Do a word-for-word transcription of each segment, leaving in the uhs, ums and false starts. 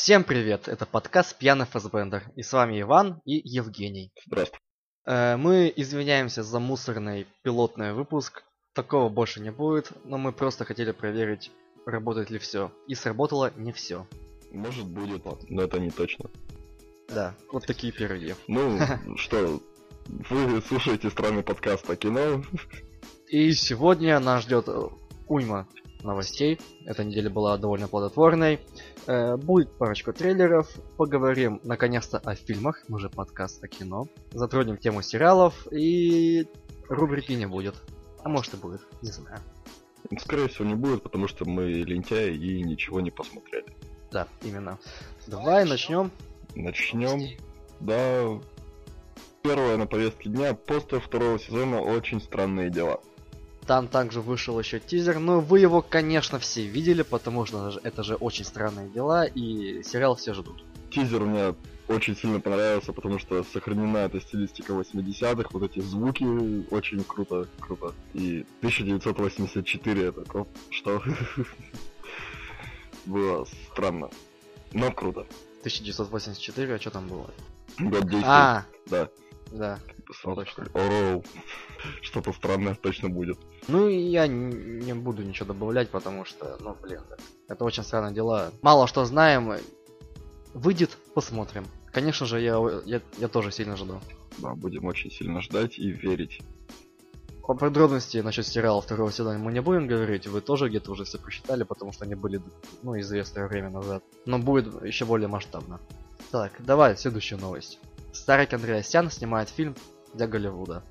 Всем привет, это подкаст Пьяный Фассбендер, и с вами Иван и Евгений. Здравствуйте. Э, Мы извиняемся за мусорный пилотный выпуск, такого больше не будет, но мы просто хотели проверить, работает ли все. И сработало не все. Может будет, но это не точно. Да, вот такие пироги. Ну, что, вы слушаете странный подкаст о кино. И сегодня нас ждет уйма новостей. Эта неделя была довольно плодотворной. Э, будет парочку трейлеров. Поговорим наконец-то о фильмах. Мы же подкаст о кино. Затронем тему сериалов. И рубрики не будет. А может и будет, не знаю. Скорее всего не будет, потому что мы лентяи и ничего не посмотрели. Да, именно. Давай начнем. Начнем. Да. Первое на повестке дня. Постер второго сезона «Очень странные дела». Там также вышел еще тизер, но вы его, конечно, все видели, потому что это же очень странные дела, и сериал все ждут. Тизер мне очень сильно понравился, потому что сохранена эта стилистика восьмидесятых, вот эти звуки очень круто, круто. И тысяча девятьсот восемьдесят четыре, это коп, что? Было странно, но круто. тысяча девятьсот восемьдесят четыре, а что там было? Год действия. А, да. Да. Точно. Ороу. Что-то странное точно будет. Ну и я не буду ничего добавлять, потому что, ну блин, это очень странные дела. Мало что знаем. Выйдет, посмотрим. Конечно же, я, я, я тоже сильно жду. Да, будем очень сильно ждать и верить. По подробности насчет сериала второго сезона мы не будем говорить, вы тоже где-то уже все прочитали, потому что они были, ну, известное время назад. Но будет еще более масштабно. Так, давай, следующую новость. Старик Андреасян снимает фильм для Голливуда.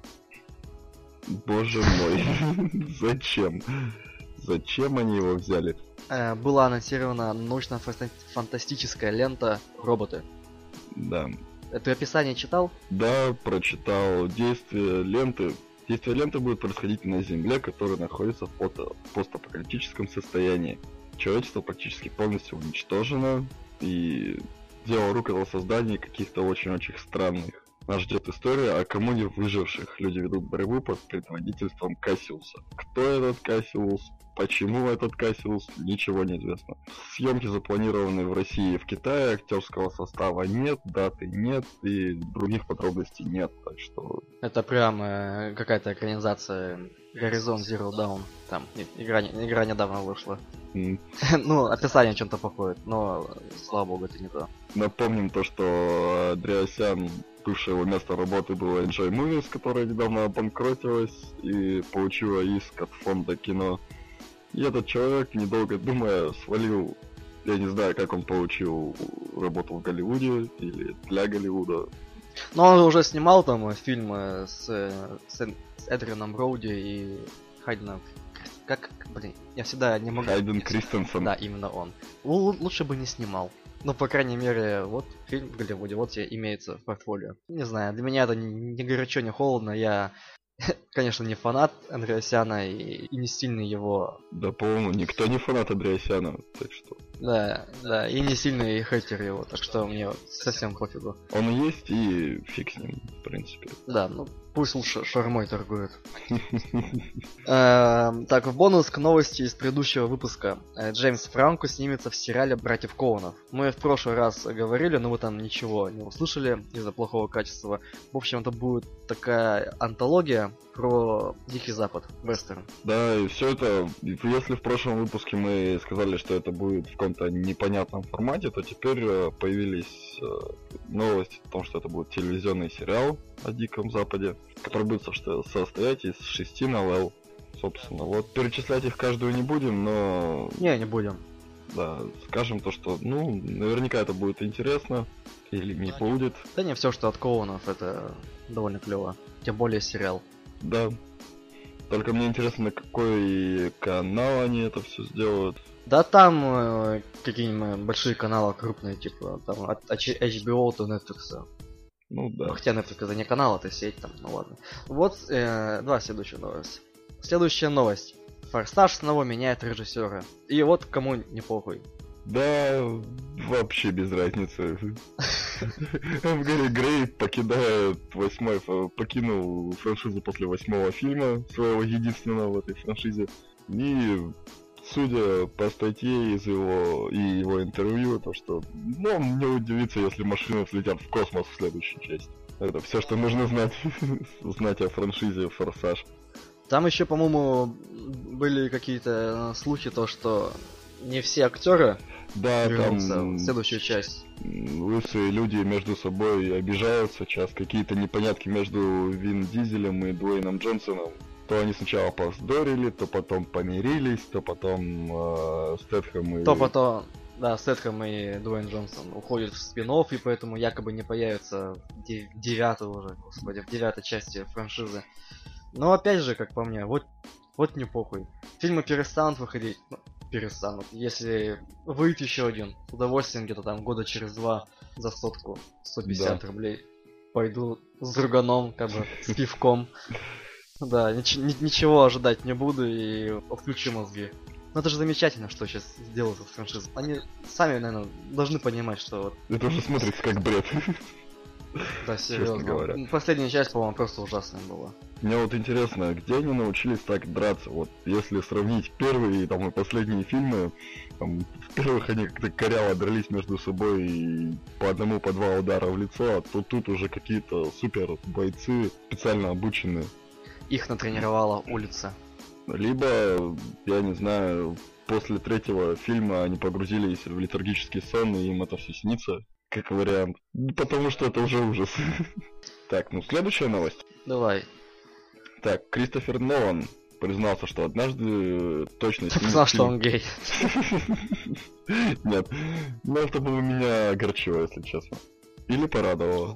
Боже мой, зачем? Зачем они его взяли? Э, была анонсирована научно-фантастическая лента «Роботы». Да. Ты описание читал? Да, прочитал. Действие ленты. Действие ленты будет происходить на Земле, которая находится в постапокалиптическом состоянии. Человечество практически полностью уничтожено, и дело рук о создании каких-то очень-очень странных. Нас ждет история о коммуне выживших. Люди ведут борьбу под предводительством Кассиуса. Кто этот Кассиус? Почему этот Кассиус? Ничего не известно. Съемки запланированы в России и в Китае. Актерского состава нет, даты нет и других подробностей нет. Так что... Это прям э, какая-то экранизация Horizon Zero Dawn. Там нет, игра, игра недавно вышла. Mm. Ну, описание чем-то походит, но, слава богу, это не то. Напомним то, что Андреасян, бывшее его место работы было Enjoy Movies, которая недавно обанкротилась и получила иск от фонда кино. И этот человек, недолго думая, свалил, я не знаю, как он получил работу в Голливуде или для Голливуда. Но он уже снимал там фильмы с, с, с Эдрианом Броуди и Хайденом. Как, блин, я всегда не могу... Хайден Кристенсен. Да, именно он. Л- лучше бы не снимал. Ну, по крайней мере, вот фильм в Голливуде, вот тебе имеется в портфолио. Не знаю, для меня это не, не горячо, не холодно. Я, конечно, не фанат Андреасяна и, и не сильный его... Да, по-моему, никто не фанат Андреасяна, так что... Да, да, и не сильный хейтер его, так что мне совсем пофигу. Он есть, и фиг с ним, в принципе. Да, ну пусть лучше шаурмой торгует. Так, в бонус к новости из предыдущего выпуска. Джеймс Франко снимется в сериале «Братьев Коунов». Мы в прошлый раз говорили, но вы там ничего не услышали из-за плохого качества. В общем, это будет такая антология про Дикий Запад, вестерн. Да, и все это, если в прошлом выпуске мы сказали, что это будет в каком-то непонятном формате, то теперь появились новости о том, что это будет телевизионный сериал о Диком Западе, который будет состоять из шести новелл. Собственно, вот перечислять их каждую не будем, но... Не, не будем. Да, скажем то, что, ну, наверняка это будет интересно, или не будет. Да не, все, что от Коунов, это довольно клево. Тем более сериал. Да. Только мне интересно, на какой канал они это все сделают. Да там э, какие-нибудь большие каналы крупные, типа там от, от эйч би о до Netflix. Ну да. Хотя Netflix это не канал, это сеть там, ну ладно. Вот, э, два следующая новость. Следующая новость. Форсаж снова меняет режиссера. И вот кому не похуй. Да, вообще без разницы. Гэри Грей покидает восьмой, покинул франшизу после восьмого фильма, своего единственного в этой франшизе. И судя по статье из его и его интервью, то что, ну, мне удивится, если машины взлетят в космос в следующей части. Это все, что нужно знать, знать о франшизе «Форсаж». Там еще, по-моему, были какие-то слухи, то, что не все актеры да, вернутся там в следующую часть. Лысые люди между собой обижаются, сейчас какие-то непонятки между Вин Дизелем и Дуэйном Джонсоном. То они сначала повздорили, то потом помирились, то потом э, Стэтхэм и... То потом, да, Стэтхэм и Дуэйн Джонсон уходят в спин-офф, и поэтому якобы не появятся в дев- девятой уже, господи, в девятой части франшизы. Но опять же, как по мне, вот, вот не похуй. Фильмы перестанут выходить, ну, перестанут. Если выйдет еще один, с удовольствием где-то там года через два за сотку, сто пятьдесят Да. рублей. Пойду с друганом, как бы, с пивком. Да, нич- ни- ничего ожидать не буду и отключу мозги. Но это же замечательно, что сейчас сделают с франшизой. Они сами, наверное, должны понимать, что вот, Это уже смотрится как бред. да, серьезно. говоря. Ну, последняя часть, по-моему, просто ужасная была. Мне вот интересно, где они научились так драться? Вот если сравнить первые там, и последние фильмы, там, в первых они как-то коряво дрались между собой и по одному, по два удара в лицо, а то тут уже какие-то супер бойцы, специально обученные. Их натренировала улица. Либо, я не знаю, после третьего фильма они погрузились в летаргический сон, и им это все снится, как вариант. Потому что это уже ужас. Так, ну следующая новость. Давай. Так, Кристофер Нолан признался, что однажды точно Ты снимет знал, что фильм- он гей. Нет, ну это бы меня огорчило, если честно. Или порадовало.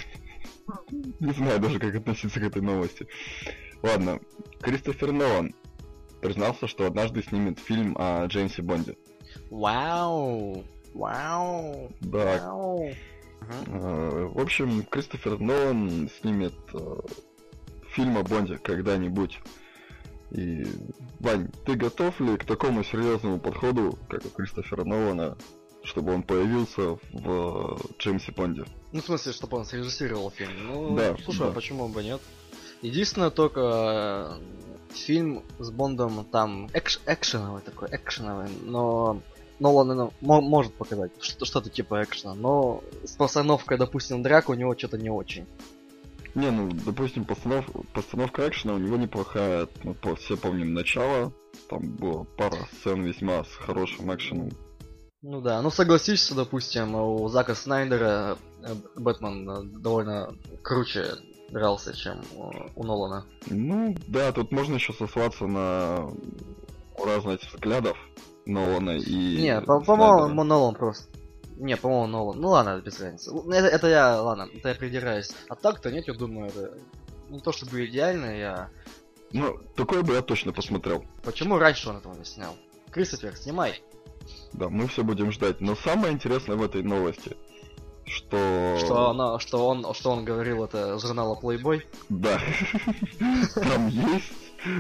Не знаю даже, как относиться к этой новости. Ладно, Кристофер Нолан признался, что однажды снимет фильм о Джеймсе Бонде. Вау. Вау. Да, Вау. Мгм. э, в общем, Кристофер Нолан снимет э, фильм о Бонде когда-нибудь. И, Вань, ты готов ли к такому серьезному подходу, как у Кристофера Нолана, чтобы он появился в э, Джеймсе Бонде? Ну, в смысле, чтобы он срежиссировал фильм. Ну, Да, слушай, да. а почему бы нет? Единственное, только э, фильм с Бондом там экш- экшеновый такой, экшеновый, но Нолан ну, мо- может показать что- что-то типа экшена, но с постановкой, допустим, драка у него что-то не очень. Не, ну, допустим, постанов... постановка экшена у него неплохая. Мы по- все помним начало. Там была пара сцен весьма с хорошим экшеном. Ну да, ну согласись, что, допустим, у Зака Снайдера э, Бэтмен э, довольно круче дрался, чем у, у Нолана. Ну, да, тут можно еще сослаться на разность взглядов Нолана и... Не, по- Снайдера. по-моему, Нолан просто. Не, по-моему, Нолан. Ну ладно, без разницы. Ну, Это, это я, ладно, это я придираюсь. А так-то нет, я думаю, это не то чтобы идеально, я... Ну, такое бы я точно посмотрел. Почему раньше он этого не снял? Кристофер, снимай. Да, мы все будем ждать. Но самое интересное в этой новости, что... Что, она, что, он, что он говорил, это журнала Playboy. Да. Там есть...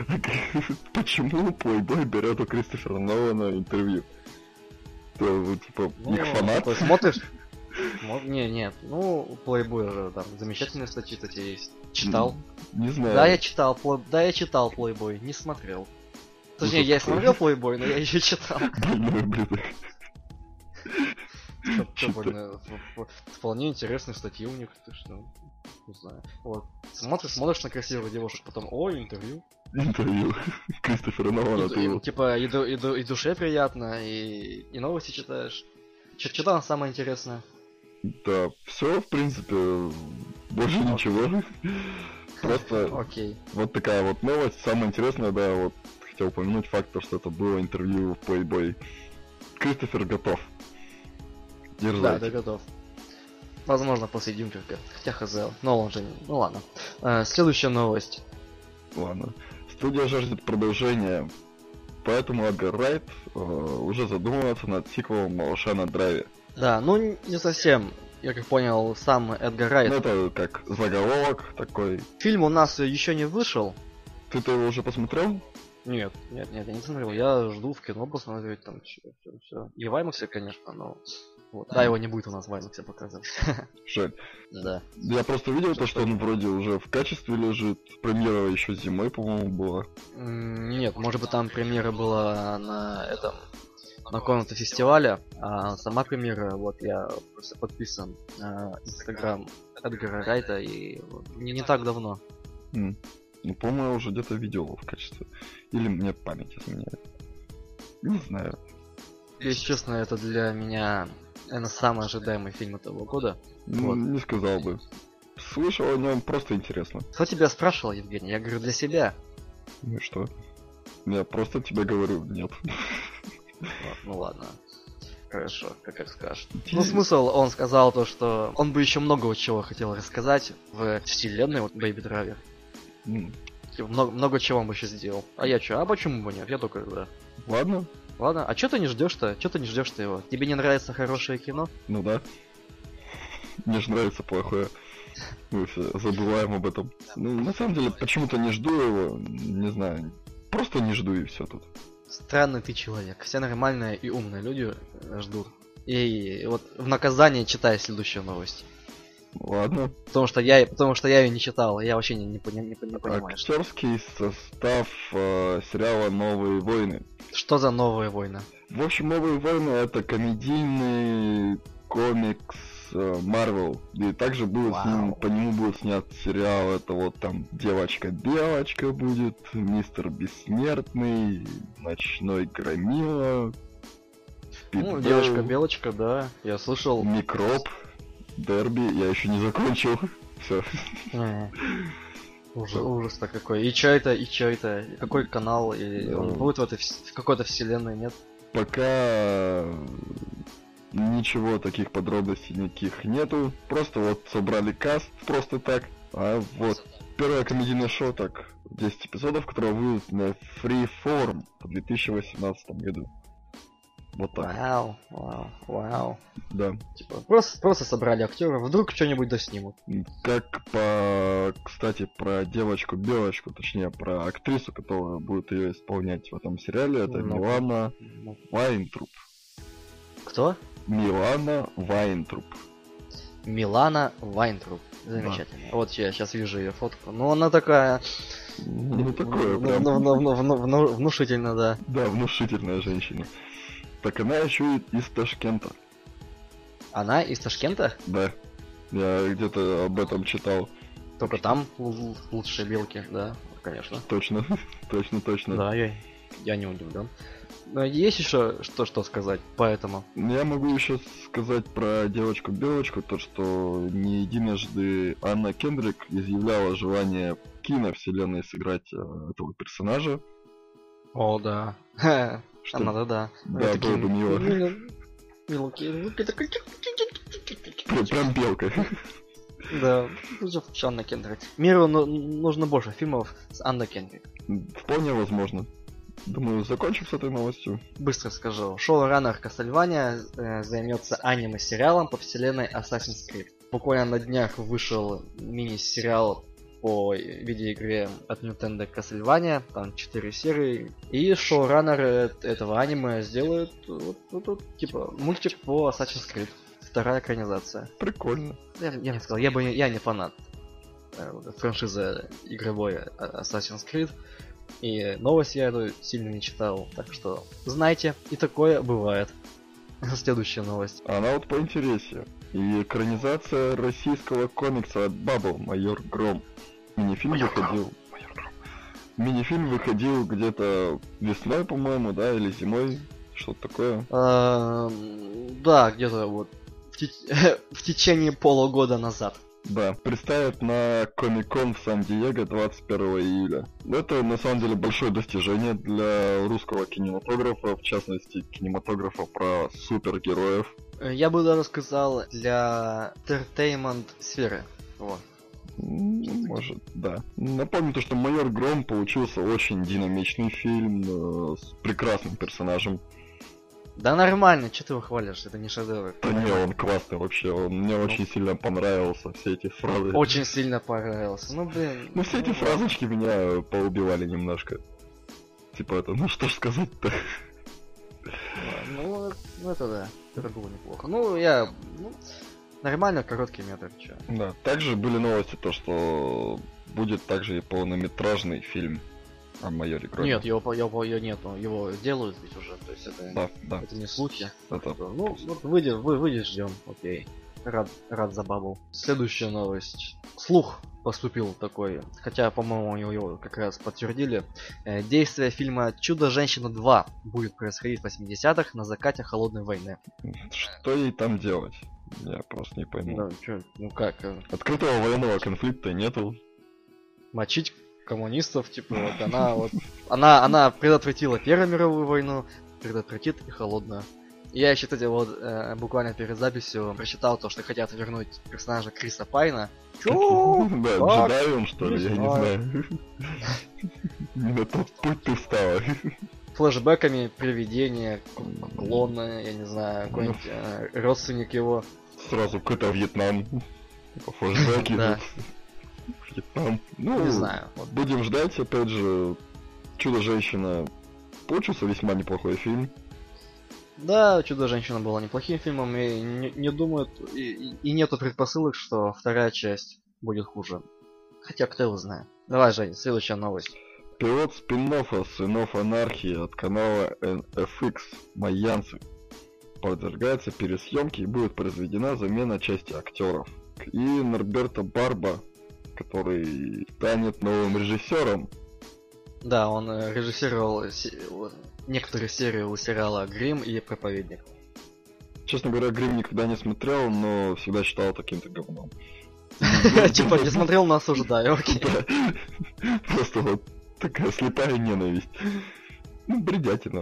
Почему Playboy берет у Кристофера Нолана интервью? То, типа, Ну, их фанат? такой смотришь? Мо- Не, нет, ну, Playboy же там замечательные статьи, кстати, есть. Читал. Не знаю. Да, я читал, Play- да, я читал Playboy, не смотрел. Точнее, я и смотрел Playboy, но я еще читал. Больной ублюдок. Чё- чё Читал. больно, в- в- Вполне интересные статьи у них, ты что, не знаю. Вот. Смотришь, смотришь на красивых девушек, потом, ой, интервью. Интервью Кристофера Нолана. И- ты и, его- типа, и, ду- и, ду- и душе приятно, и, и новости читаешь. Что там самое интересное? Да, все, в принципе, больше Окей. ничего. Просто Окей. вот такая вот новость. Самое интересное, да, вот хотел упомянуть факт, то, что это было интервью в Playboy. Кристофер готов. Да, Дерзайте. да, готов. Возможно, после Дюнкерка. Хотя хз. Но он же не... Ну ладно. Э, следующая новость. Ладно. Студия жаждет продолжения, поэтому Эдгар Райт э, уже задумывается над сиквелом «Малыша на драйве». Да, ну не совсем. Я как понял, сам Эдгар Райт. Ну, это как заголовок такой. Фильм у нас еще не вышел. Ты-то его уже посмотрел? Нет, нет, нет, я не смотрел. Я жду в кино посмотреть там все, все, все. И в IMAX, конечно, но Вот. Да, его не будет у нас в IMAX показывать. Жаль. Да. Я просто видел то, что он вроде уже в качестве лежит. Премьера еще зимой, по-моему, была. Нет, может быть там премьера была на этом, на каком-то фестивале, а сама премьера, вот я просто подписан на Инстаграм Эдгара Райта, и не, не так давно. Mm. Ну, по-моему, я уже где-то видел его в качестве. Или мне память изменяет. Не знаю. Если честно, это для меня, наверное, самый ожидаемый фильм этого года. Ну, Вот. не сказал бы. Слышал о нем, просто интересно. Кто тебя спрашивал, Евгений? Я говорю, для себя. Ну и что? Я просто тебе говорю, нет. Ну ладно. Хорошо, как, как скажешь. Ну, смысл, он сказал то, что он бы еще много чего хотел рассказать в вселенной вот Baby Driver. Mm. Типа, много, много чего он бы еще сделал. А я что? А почему бы нет? Я только да. Ладно. Ладно, а что ты не ждешь-то? Что ты не ждешь-то его? Тебе не нравится хорошее кино? Ну да. Мне же нравится плохое. Мы все забываем об этом. Ну, на самом деле, почему-то не жду его. Не знаю. Просто не жду и все тут. Странный ты человек. Все нормальные и умные люди ждут. И вот в наказание читай следующую новость. Ладно. Потому что я, потому что я ее не читал, я вообще не, не, не, не, не понимаю. Актерский состав э, сериала «Новые войны». Что за «Новые войны»? В общем, «Новые войны» — это комедийный комикс Марвел. И также будет с ним, по нему будет снят сериал. Это вот там Девочка-Белочка будет, Мистер Бессмертный, Ночной Громила, Ну, Девочка-Белочка, да, я слышал. Микроб, Дерби, я еще не закончил. Все. Ужас, ужас-то какой. И чё это, и чё это? Какой канал? И он будет в этой в какой-то вселенной, нет? Пока ничего, таких подробностей никаких нету. Просто вот собрали каст просто так. А вот первое комедийное шоу, так, десять эпизодов, которое выйдет на Freeform в две тысячи восемнадцатом году. Вот так. Вау, вау, вау. Да. Типа, просто, просто собрали актеров, вдруг что-нибудь доснимут. Как по, кстати, про девочку-белочку, точнее, про актрису, которая будет ее исполнять в этом сериале, это ну, Милана ну. Вайнтруп. Кто? Милана Вайнтруп. Милана Вайнтруп. Замечательно. Да. Вот я сейчас вижу ее фотку. Ну, она такая... Ну, такое, прям... Ну, ну, ну, ну, ну, внушительно, да. Да, внушительная женщина. Так она еще и из Ташкента. Она из Ташкента? Да. Я где-то об этом читал. Только там лучшие белки, да, конечно. Точно, точно, точно. Да, я, я не удивлен. Но есть еще что, что сказать по этому? Я могу еще сказать про девочку-белочку, то что не единожды Анна Кендрик изъявляла желание в киновселенной сыграть э, этого персонажа. О, да. Что? Она, да, да. Да, было бы мило. Прям белка. Да, Анна Кендрик. Миру нужно больше фильмов с Анной Кендрик. Вполне возможно. Думаю, закончим с этой новостью. Быстро скажу. Шоураннер Castlevania э, займется аниме-сериалом по вселенной Assassin's Creed. Буквально на днях вышел мини-сериал по видеоигре от Nintendo Castlevania, там четыре серии. И шоураннеры этого аниме сделают вот, вот, вот, типа мультик по Assassin's Creed. Вторая экранизация. Прикольно. Я, я не сказал, я бы я не фанат э, франшизы игровой Assassin's Creed. И новость я эту сильно не читал, так что знайте, и такое бывает. Следующая новость. Она вот поинтереснее. И экранизация российского комикса от Bubble «Майор Гром». Мини-фильм Майор выходил. Гром. Майор Гром. Мини-фильм выходил где-то весной, по-моему, да, или зимой, что-то такое. А, да, где-то вот в, те... в течение полугода назад. Да, представят на Комик-кон в Сан-Диего двадцать первого июля. Это на самом деле большое достижение для русского кинематографа, в частности кинематографа про супергероев. Я бы даже сказал, для entertainment сферы. Вот. Может, да. Напомню то, что «Майор Гром» получился очень динамичный фильм э, с прекрасным персонажем. Да нормально, что ты его хвалишь, это не шедевр. Да не, он классный вообще, он мне ну, очень сильно понравился, все эти фразы. Очень сильно понравился, ну блин. Ну все эти фразочки меня поубивали немножко. Типа это, ну что ж сказать-то. Ну, Ну это да, это было неплохо. Ну, я... Ну, нормально, короткий метр, чё. Да, также были новости, то что будет также и полнометражный фильм о майоре Громе. Нет, его, его, его нет, его делают ведь уже, то есть это, Да, да. это не слухи. Это... Ну, вот выйдет, вы, выйдет, ждем, окей. Рад, рад за бабл. Следующая новость. Слух поступил такой, хотя, по-моему, его как раз подтвердили. Э, действие фильма «Чудо-женщина два» будет происходить в восьмидесятых на закате холодной войны. Что ей там делать? Я просто не пойму. Да, чё, ну как? э, Открытого военного конфликта нету. Мочить коммунистов, типа, вот она вот... Она, она предотвратила Первую мировую войну, предотвратит и холодную. Я еще, кстати, вот э, буквально перед записью прочитал то, что хотят вернуть персонажа Криса Пайна. Чё? Да, Как? джедай он, что ли, Не я не знаю. знаю. Не на тот путь ты встала. Флэшбэками, привидения, к- клоны, я не знаю, какой-нибудь э, родственник его. Сразу какой-то Вьетнам. Типа флешбеки Да. идут. Вьетнам. Ну, Не знаю. Вот. будем ждать, опять же. Чудо-женщина получился весьма неплохой фильм. Да, Чудо-женщина была неплохим фильмом, и не, не думаю, и, и- и нету предпосылок, что вторая часть будет хуже. Хотя кто его знает. Давай, Жень, следующая новость. Пилот спин-оффа «Сынов анархии» от канала эн эф икс «Майянцы» подвергается пересъемке и будет произведена замена части актеров. И Норберто Барба, который станет новым режиссером. Да, он э, режиссировал се- вот, некоторые серии у сериала «Грим» и «Проповедник». Честно говоря, Грим никогда не смотрел, но всегда считал таким-то говном. Типа, не смотрел, но осуждаю, окей. Да. Просто вот такая слепая ненависть. Ну, бредятина.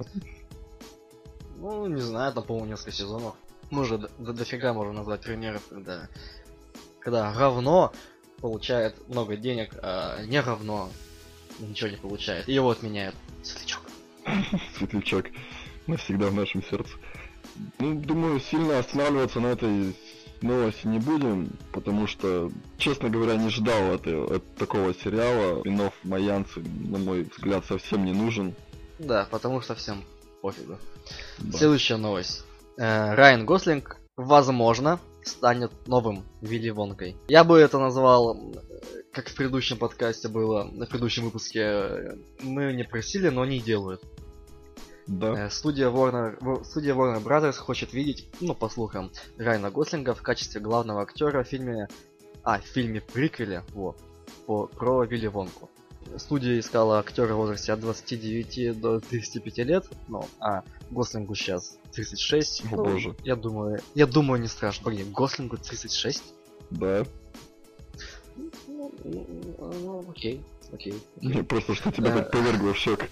Ну, не знаю, там, по-моему, несколько сезонов. Мы уже до- до- дофига можем назвать примеров, когда... Когда говно получает много денег, а не говно ничего не получает. И его отменяют. Светлячок. Светлячок навсегда в нашем сердце. Ну, думаю, сильно останавливаться на этой новости не будем, потому что, честно говоря, не ждал это, от такого сериала. Спин-офф «Майянцы», на мой взгляд, совсем не нужен. Да, потому что всем пофигу. Да. Следующая новость. Э, Райан Гослинг, возможно, станет новым Вилли Вонкой. Я бы это назвал, э, как в предыдущем подкасте было, на предыдущем выпуске, э, мы не просили, но они делают. Да. Э, Студия Warner, Во- студия Warner Brothers хочет видеть, ну, по слухам, Райана Гослинга в качестве главного актера в фильме, а, в фильме приквеле, вот, по, про Вилли Вонку. Студия искала актера в возрасте от двадцати девяти до тридцати пяти лет, ну, а Гослингу сейчас тридцать шесть. О, ну, боже. Я думаю, я думаю, не страшно. Блин, Гослингу тридцать шесть? Да. Ну, ну, ну, окей, окей. Не, просто что тебя Да. так повергло в шок.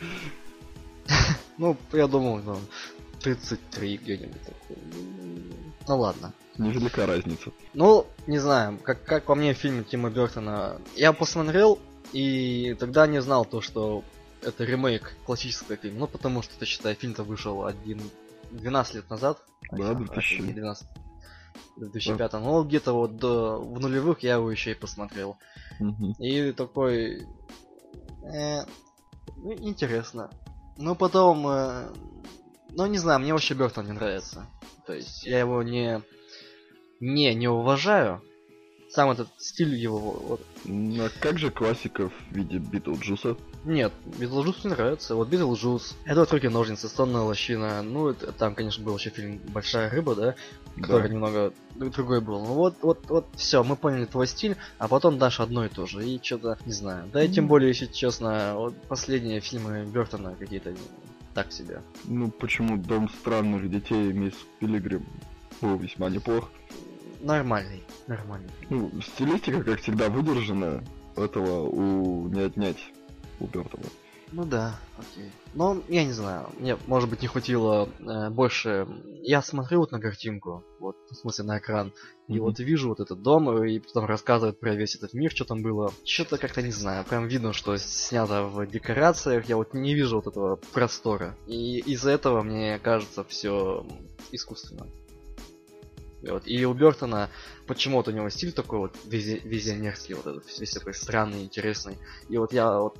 Ну, я думаю, ну, тридцать три где-нибудь. такой. Ну ладно. Невелика разница. Ну, не знаю, как, как по мне фильм Тима Бёртона. Я посмотрел, и тогда не знал то, что это ремейк классического фильма. Ну, потому что, ты считай, фильм-то вышел один двенадцать лет назад. Да, А, две тысячи. не двенадцать. В две тысячи пятом. Ну, где-то вот до, в нулевых я его еще и посмотрел. Мгм. И такой... э, ну, интересно. Ну, потом... э, ну, не знаю, мне вообще Бёртон не нравится. То есть, я его не... Не, не уважаю. Сам этот стиль его... Вот. Ну, а как же классика в виде Битлджуса? Нет, Битлджус мне нравится. Вот Битлджус, Эдвард Руки-ножницы, Сонная лощина. Ну, это, там, конечно, был еще фильм «Большая рыба», да? Который Да. немного другой был. Ну вот, вот, вот, все, мы поняли твой стиль, а потом дашь одно и то же. И что-то, не знаю. Да и тем Мгм. более, если честно, вот последние фильмы Бёртона какие-то так себе. Ну, почему «Дом странных детей» и «Мисс Пилигрим» был весьма неплох. Нормальный, нормальный. Ну, стилистика, как всегда, выдержана. Этого у не отнять у Бёртона. Ну да, окей. Но я не знаю, мне, может быть, не хватило э, больше. Я смотрю вот на картинку, вот, в смысле, на экран, и Мгм. вот вижу вот этот дом, и потом рассказывают про весь этот мир, что там было. Что-то как-то не знаю, прям видно, что снято в декорациях, я вот не вижу вот этого простора. И из-за этого мне кажется все искусственно. И, вот, и у Бёртона почему-то у него стиль такой вот визи- визионерский, вот этот весь такой странный, интересный. И вот я вот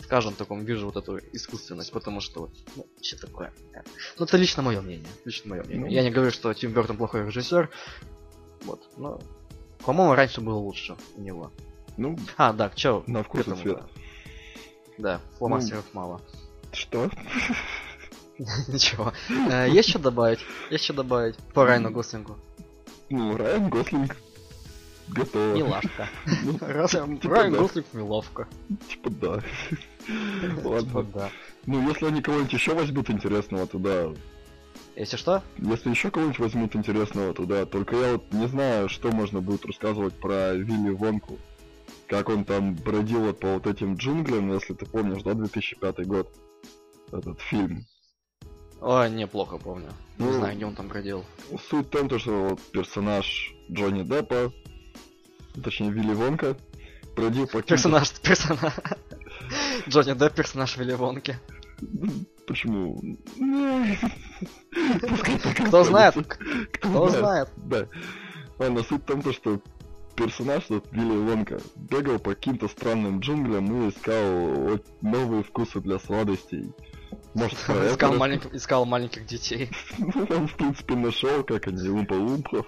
в каждом таком вижу вот эту искусственность, потому что вот, ну, что такое. Ну, это лично мое мнение. Лично мое мнение. Ну. Я не говорю, что Тим Бёртон плохой режиссер. Вот, но, по-моему, раньше было лучше у него. Ну, А, да, чё? на вкус и этому, цвет. Да, фломастеров мало. Что? Ничего. Э, Есть что добавить? Есть что добавить по Райану Гослингу? Ну, Райан Гослинг готово. Милашка. Ну, Райан типа Райан да. Гослинг милавка. Типа да. Типа Ладно. да. Ну, если они кого-нибудь еще возьмут интересного, то да. Если что, Если еще кого-нибудь возьмут интересного, то да. Только я вот не знаю, что можно будет рассказывать про Вилли Вонку. Как он там бродил вот по вот этим джунглям, если ты помнишь, да, две тысячи пятый год. Этот фильм. ой, неплохо помню. Не Ну, знаю, где он там бродил. Суть в том, то, что вот персонаж Джонни Деппа, точнее Вилли Вонка, бродил по каким-то... Персонаж, персонаж. Джонни Депп, персонаж Вилли Вонки. Почему? Ну, пускай так и Кто знает? останется. Кто знает? Да. Ладно, суть в том, то, что персонаж, вот Вилли Вонка, бегал по каким-то странным джунглям и искал вот новые вкусы для сладостей. Может, про это Искал, рас- маленьких, искал маленьких детей. Ну, он, в принципе, нашел, как они, умпа-умпов.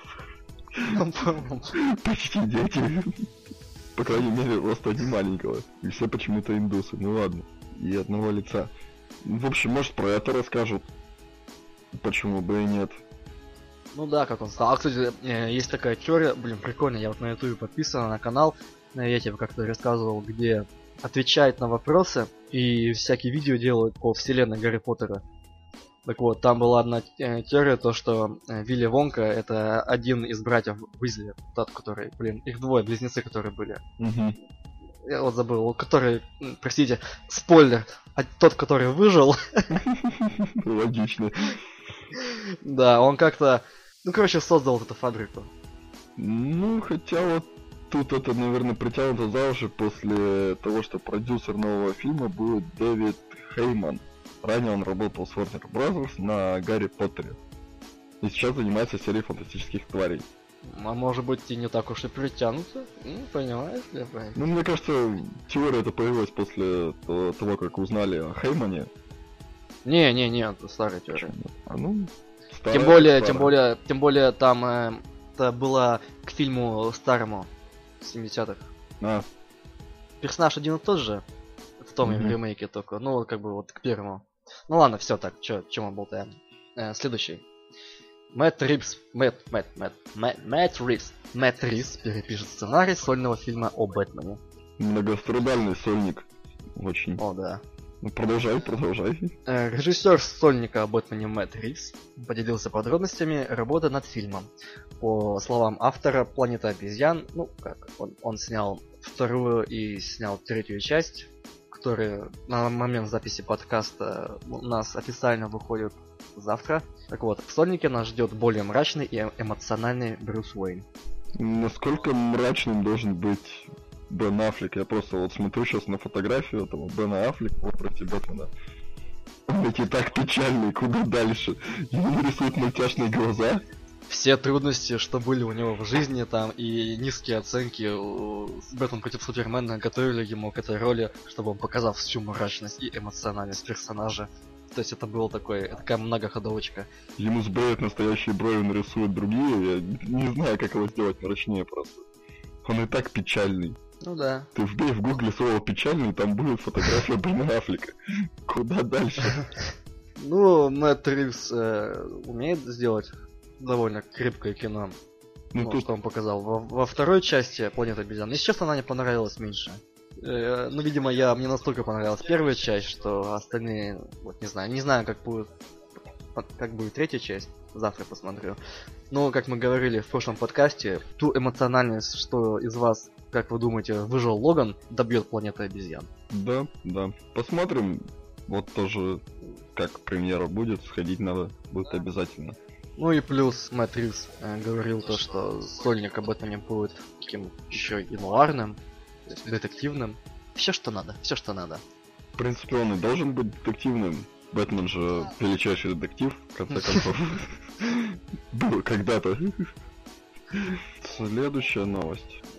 Почти дети. По крайней мере, роста не маленького. И все почему-то индусы. Ну ладно. И одного лица. В общем, может, про это расскажут. Почему бы и нет. Ну да, как он стал. А, кстати, э, есть такая теория, блин, прикольно, я вот на ютубе подписан на канал, э, я тебе как-то рассказывал, где отвечает на вопросы и всякие видео делают по вселенной Гарри Поттера. Так вот, там была одна э, теория, то что э, Вилли Вонка это один из братьев Уизли, тот, который, блин, их двое, близнецы, которые были. Угу. Я вот забыл, вот который, м, простите, спойлер, а тот, который выжил, Логично. да, он как-то, ну, короче, создал вот эту фабрику. Ну, хотя вот тут это, наверное, притянуто за уши после того, что продюсер нового фильма будет Дэвид Хейман. Ранее он работал с Warner Bros. На Гарри Поттере. И сейчас занимается серией фантастических тварей. А может быть и не так уж и притянуто, ну, понимаешь ли, блин? Ну, мне кажется, теория это появилась после то- того, как узнали о Хеймане. Не-не-не, это старая теория. А ну, старая, Тем более, старая. тем более, тем более там э, это было к фильму старому семидесятых. А, Персонаж один и тот же в том Мгм. ремейке только, ну вот как бы вот к первому. Ну ладно, все так, чё, чем мы болтаем. Э, следующий. Мэтт Рипс, Мэтт, Мэтт, Мэтт, Мэтт, Мэтт Рипс, Мэтт Рипс перепишет сценарий сольного фильма о Бэтмене. многострадальный сольник. Очень. О, да. Ну, продолжай, продолжай. Э, Режиссер сольника о Бэтмене Мэтт Ривз поделился подробностями работы над фильмом. По словам автора «Планета обезьян», ну как, он, он снял вторую и снял третью часть, которые на момент записи подкаста у нас официально выходят завтра. Так вот, в сольнике нас ждет более мрачный и эмоциональный Брюс Уэйн. Насколько мрачным должен быть Бен Аффлек? Я просто вот смотрю сейчас на фотографию этого Бена Аффлека в образе Бэтмена. Он ведь и так печальный, куда дальше? Ему рисуют мультяшные глаза. Все трудности, что были у него в жизни там, и низкие оценки у Бэтмен против Супермена готовили ему к этой роли, чтобы он показал всю мрачность и эмоциональность персонажа. То есть это было такое, такая многоходовочка. Ему сбреют настоящие брови, нарисуют другие. Я не знаю, как его сделать мрачнее просто. Он и так печальный. Ну да. Ты вбей в гугле слово печальный, там будет фотография Бена Аффлека. Куда дальше? Ну, Мэтт Ривз э, умеет сделать довольно крепкое кино. Ну Ну, тут что он показал. Во, во второй части «Планета обезьян», если честно, она мне понравилась меньше. Э, ну, видимо, я, мне настолько понравилась первая часть, что остальные, вот не знаю, не знаю, как будет, как будет третья часть, завтра посмотрю. Но, как мы говорили в прошлом подкасте, ту эмоциональность, что из вас, как вы думаете, выжил Логан, добьет «Планета обезьян». Да, да. Посмотрим. Вот тоже, как к премьеру будет, сходить надо будет обязательно. Ну и плюс Мэтт Ривз э, говорил то, что сольник об этом не будет таким еще и нуарным, то есть детективным. Все, что надо, все, что надо. В принципе, он и должен быть детективным. Бэтмен же величайший детектив, в конце концов. Был когда-то. Следующая новость.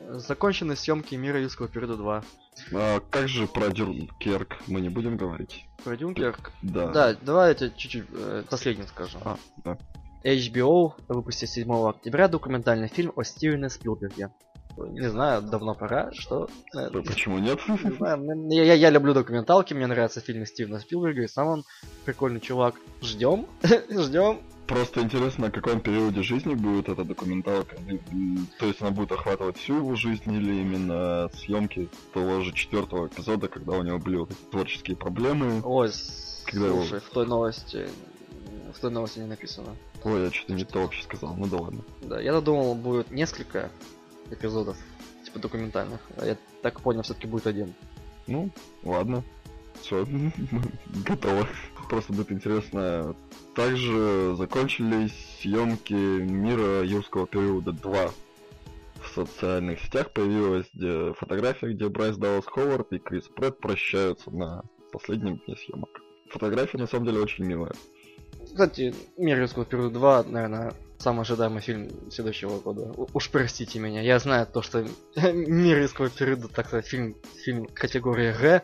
Закончены съемки Мира юрского периода два. А как же про Дюнкерк мы не будем говорить? Про Дюнкерк? Да. Да, давай я тебе чуть-чуть э, последнее скажу. А, да. эйч би о выпустил седьмого октября документальный фильм о Стивене Спилберге. Не знаю, давно пора, что... Да, почему нет? Не знаю, я, я, я люблю документалки, мне нравятся фильмы Стивена Спилберга, и сам он прикольный чувак. Ждем, ждем. Просто интересно, о каком периоде жизни будет эта документалка. То есть она будет охватывать всю его жизнь или именно съемки того же четвертого эпизода, когда у него были вот эти творческие проблемы. Ой, когда слушай, его... в той новости... В той новости не написано. Ой, я что-то не то вообще сказал, ну да ладно. Да, я думал, будет несколько эпизодов, типа документальных. А я так понял, все-таки будет один. Ну, ладно. Все, готово. Просто будет интересно. Также закончились съемки Мира юрского периода два. В социальных сетях появилась где фотография, где Брайс Даллас Ховард и Крис Претт прощаются на последнем дне съемок. Фотография на самом деле очень милая. Кстати, Мир юрского периода два, наверное, самый ожидаемый фильм следующего года. У- уж простите меня, я знаю то, что Мир юрского периода, так сказать, фильм, фильм категории Г.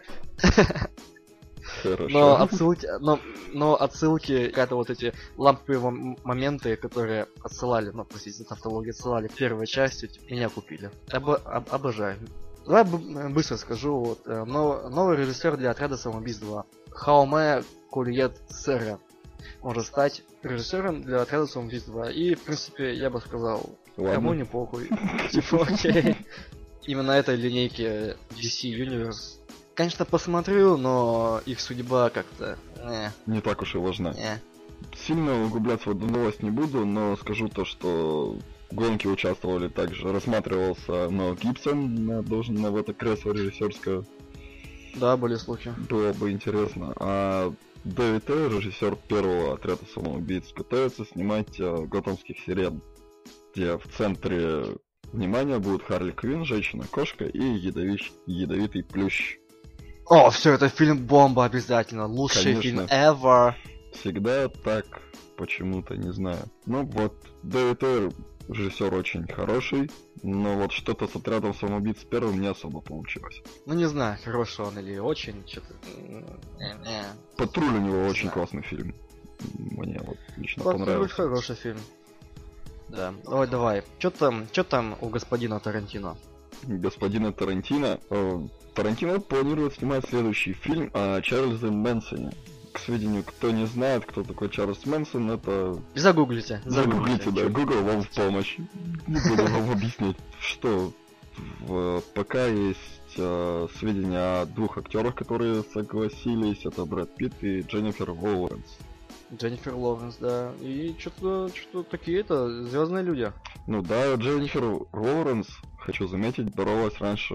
Хорошо. Но отсылки, но, но отсылки, какие-то вот эти ламповые м- моменты, которые отсылали, ну, простите, тавтологию, отсылали к первой части, типа, меня купили. Обо- об- обожаю. Давай б- быстро скажу, вот, э, но- новый режиссер для отряда самоубийц два. Хауме Кульет Серра может стать режиссером для отряда самоубийц два. И, в принципе, я бы сказал, Ладно. кому не похуй. Типа, окей. Именно этой линейки ди си Universe. Конечно, посмотрю, но их судьба как-то... Не, Не так уж и важна. не. Сильно углубляться в эту новость не буду, но скажу то, что в гонке участвовали также. Рассматривался Мел Гибсон на должен в это кресло режиссерское. Да, были слухи. Было бы интересно. А Дэвид Эй, режиссер первого отряда самоубийц, пытается снимать э, готэмских сирен, где в центре внимания будут Харли Квинн, женщина-кошка и ядович... ядовитый плющ. О, все, это фильм бомба обязательно. Лучший Конечно. фильм ever. Всегда так, почему-то, не знаю. Ну вот, Дэвид Эй, режиссер очень хороший, но вот что-то с отрядом самоубийц первым не особо получилось. Ну не знаю, хороший он или очень, что-то... Не-не. Патруль у него очень знаю. классный фильм. Мне вот лично Патруль понравился. хороший фильм. Да. Ой, давай. Что там, что там у господина Тарантино? Господина Тарантино. э, Тарантино планирует снимать следующий фильм о Чарльзе Мэнсоне. К сведению, кто не знает, кто такой Чарльз Мэнсон, это... Загуглите. Загуглите, да, чё. Google вам в помощь. Не буду вам объяснять, что в ПК есть э, сведения о двух актерах, которые согласились. Это Брэд Питт и Дженнифер Лоуренс. Дженнифер Лоуренс, да. И что-то, что-то такие-то звездные люди. Ну да, Дженнифер Лоуренс, хочу заметить, боролась раньше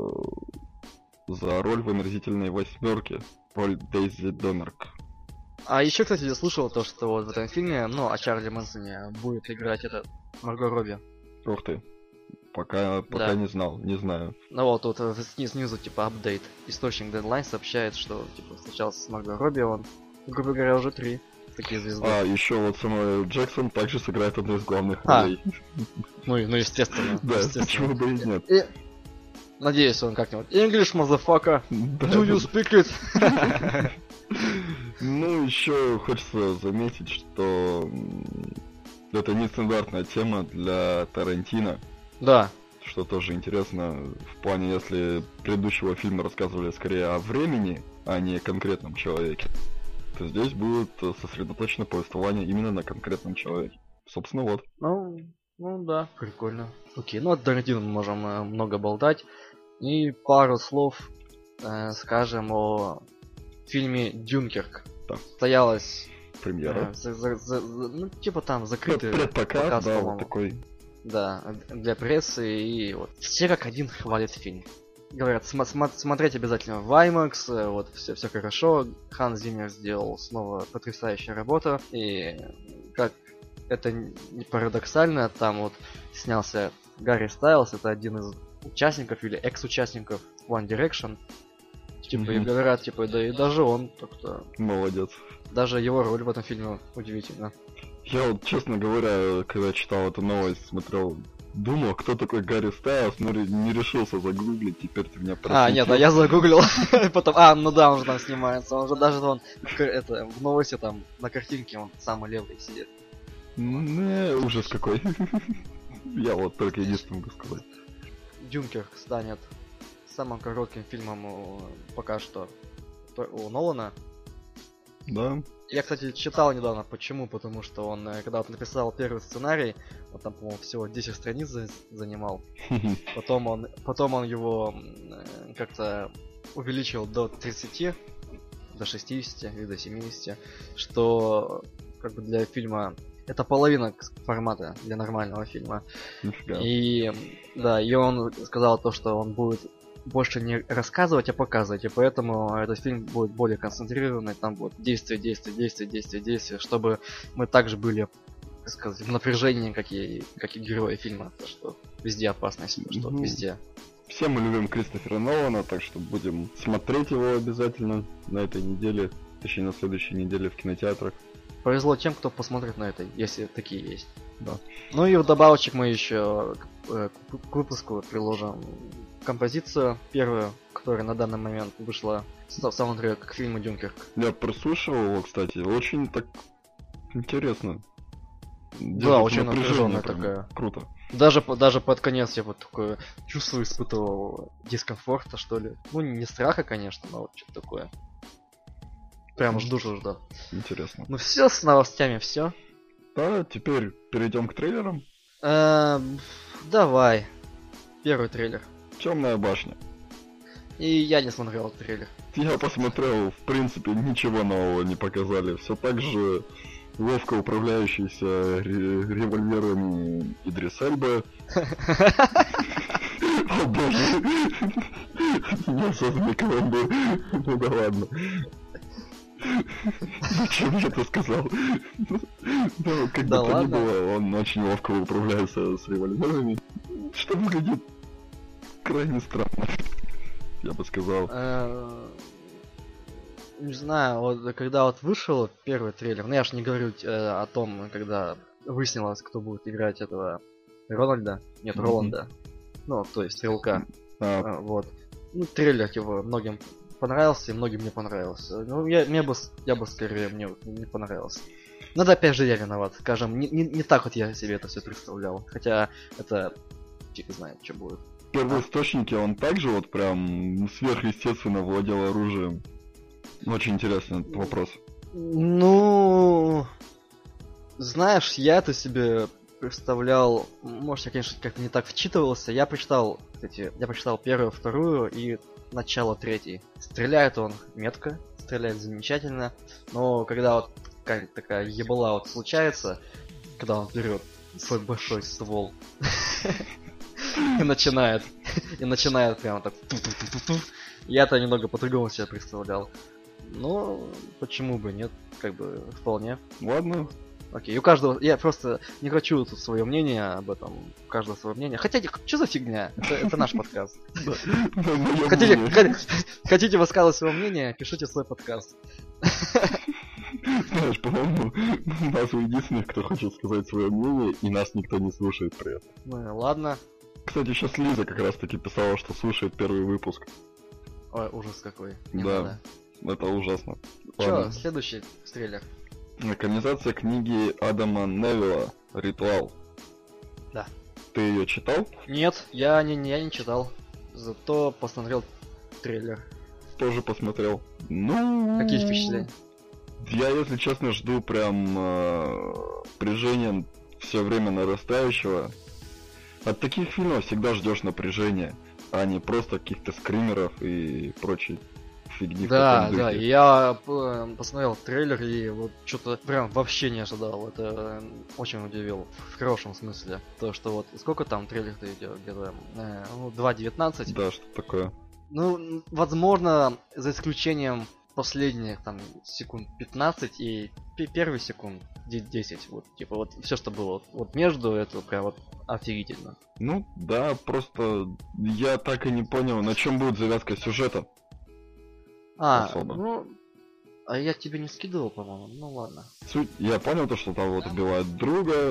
за роль в «Омерзительной восьмерке», роль Дейзи Домерк. А еще, кстати, я слышал то, что вот в этом фильме, ну, о Чарли Мэнсоне будет играть этот Марго Робби. Ух ты, пока, пока Да. не знал, не знаю. Ну вот, тут э, снизу, снизу типа апдейт. Источник Deadline сообщает, что типа встречался с Марго Робби, он, грубо говоря, уже три такие звезды. А, еще вот Сэмюэл Джексон также сыграет одну из главных А, ролей. Ну, и- ну естественно. Да, естественно. почему бы и нет. И... Надеюсь, он как-нибудь. English, motherfucker. Да. Do you speak it? Ну, еще хочется заметить, что м, это нестандартная тема для Тарантино, Да. что тоже интересно в плане, если предыдущего фильма рассказывали скорее о времени, а не конкретном человеке, то здесь будет э, сосредоточено повествование именно на конкретном человеке. Собственно, вот. Ну, ну да, прикольно. Окей, ну от Тарантино мы можем э, много болтать. И пару слов э, скажем о фильме Дюнкерк. Да. Состоялась Премьера. э, за- за- за- за- ну, типа там Пред- закрытый Предпоказ, показ, да, по-моему. вот такой. Да, для прессы, и вот все как один хвалят фильм. Говорят, см- см- смотреть обязательно в IMAX, э, вот все, все хорошо. Хан Зиммер сделал снова потрясающая работа. И как это не парадоксально, там вот снялся Гарри Стайлз, это один из участников или экс-участников One Direction. Типа, и Мгм. говорят, типа, да и даже он, так-то, Молодец. даже его роль в этом фильме удивительно. Я вот, честно говоря, когда читал эту новость, смотрел думал, кто такой Гарри Стайлс, но не решился загуглить, теперь ты меня просветил. А, нет, а я загуглил. Потом, а, ну да, он же там снимается. Он же даже вон, это, в новости там, на картинке он самый левый сидит. Не, ужас какой. Я вот только единственное могу сказать. Дюнкерк станет самым коротким фильмом у, пока что у Нолана. Да. Я, кстати, читал недавно, почему, потому что он, когда вот написал первый сценарий, он там, по-моему, всего десять страниц занимал. Потом он, потом он его как-то увеличил до тридцати, до шестидесяти или до семидесяти, что как бы для фильма это половина формата для нормального фильма. Нифига. И да, и он сказал то, что он будет больше не рассказывать, а показывать, и поэтому этот фильм будет более концентрированный, там будет действие, действие, действие, действие, действие, чтобы мы также были, так сказать, в напряжении, как и, как и герои фильма, то что везде опасность, что Ну, везде. Все мы любим Кристофера Нолана, так что будем смотреть его обязательно на этой неделе, точнее на следующей неделе в кинотеатрах. Повезло тем, кто посмотрит на это, если такие есть. Да. Ну и вдобавочек мы еще к, к выпуску приложим композицию первую, которая на данный момент вышла в саундтрек к фильму Дюнкерк. Я прослушал его, кстати, очень так интересно. Да, очень напряженная такая. Круто. Даже, даже под конец я вот такое чувство испытывал дискомфорта, что ли. Ну, не страха, конечно, но вот что-то такое. Прям жду, жду, жду. Интересно. Ну все, с новостями все. Да, теперь перейдем к трейлерам. Эм, давай. Первый трейлер. Темная башня. И я не смотрел этот трейлер. Я посмотрел, в принципе, ничего нового не показали. Все так же ловко управляющийся револьверами Идрис Эльба. О боже. Не создали команду. Ну да ладно. Зачем я это сказал? Ну, как бы то ни было, он очень ловко управляется с револьверами. Что выглядит крайне странно, я бы сказал. Не знаю, вот когда вот вышел первый трейлер, ну я ж не говорю о том, когда выяснилось, кто будет играть этого Рональда, нет, Роланда, ну, то есть Стрелка, вот. Ну, трейлер его многим понравился, и многим не понравился. Ну, я, мне бы, я бы скорее, мне не понравился. Надо опять же я виноват, скажем, не, не, не так вот я себе это все представлял. Хотя это фиг знает, что будет. В первоисточнике он также вот прям сверхъестественно владел оружием. Очень интересный вопрос. Ну, знаешь, я это себе представлял, может, я, конечно, как-то не так вчитывался. Я прочитал, кстати, я прочитал первую, вторую и начало третьей. Стреляет он метко, стреляет замечательно, но когда вот какая-то такая ебала вот случается, когда он берет свой большой ствол и начинает, и начинает прямо так, я-то немного по-другому себя представлял. Ну, почему бы нет, как бы вполне. Ладно. Окей, у каждого, я просто не хочу тут свое мнение об этом, у каждого свое мнение. Хотя, что за фигня? Это, это наш подкаст. Хотите, хотите высказывать свое мнение, пишите свой подкаст. Знаешь, по-моему, нас единственных, кто хочет сказать свое мнение, и нас никто не слушает при этом. Ну ладно. Кстати, сейчас Лиза как раз таки писала, что слушает первый выпуск. Ой, ужас какой. Да, это ужасно. Чё, следующий трейлер? Экранизация книги Адама Невилла «Ритуал». Да. Ты ее читал? Нет, я не, я не читал. Зато посмотрел трейлер. Тоже посмотрел. Ну... Какие впечатления? Я, если честно, жду прям э, напряжения все время нарастающего. От таких фильмов всегда ждешь напряжения, а не просто каких-то скримеров и прочей фигни. Да, да, я э, посмотрел трейлер и вот что-то прям вообще не ожидал. Это очень удивил, в хорошем смысле. То, что вот сколько там трейлер-то идет, где-то э, ну, два девятнадцать. Да, что такое. Ну, возможно, за исключением последних там секунд пятнадцать и первый секунд десять. Вот, типа, вот все, что было вот между, это прям вот офигительно. Ну, да, просто я так и не понял, на чем будет завязка сюжета. А, особо. ну, а я тебе не скидывал, по-моему, ну ладно. Суть, я понял то, что там вот убивают друга,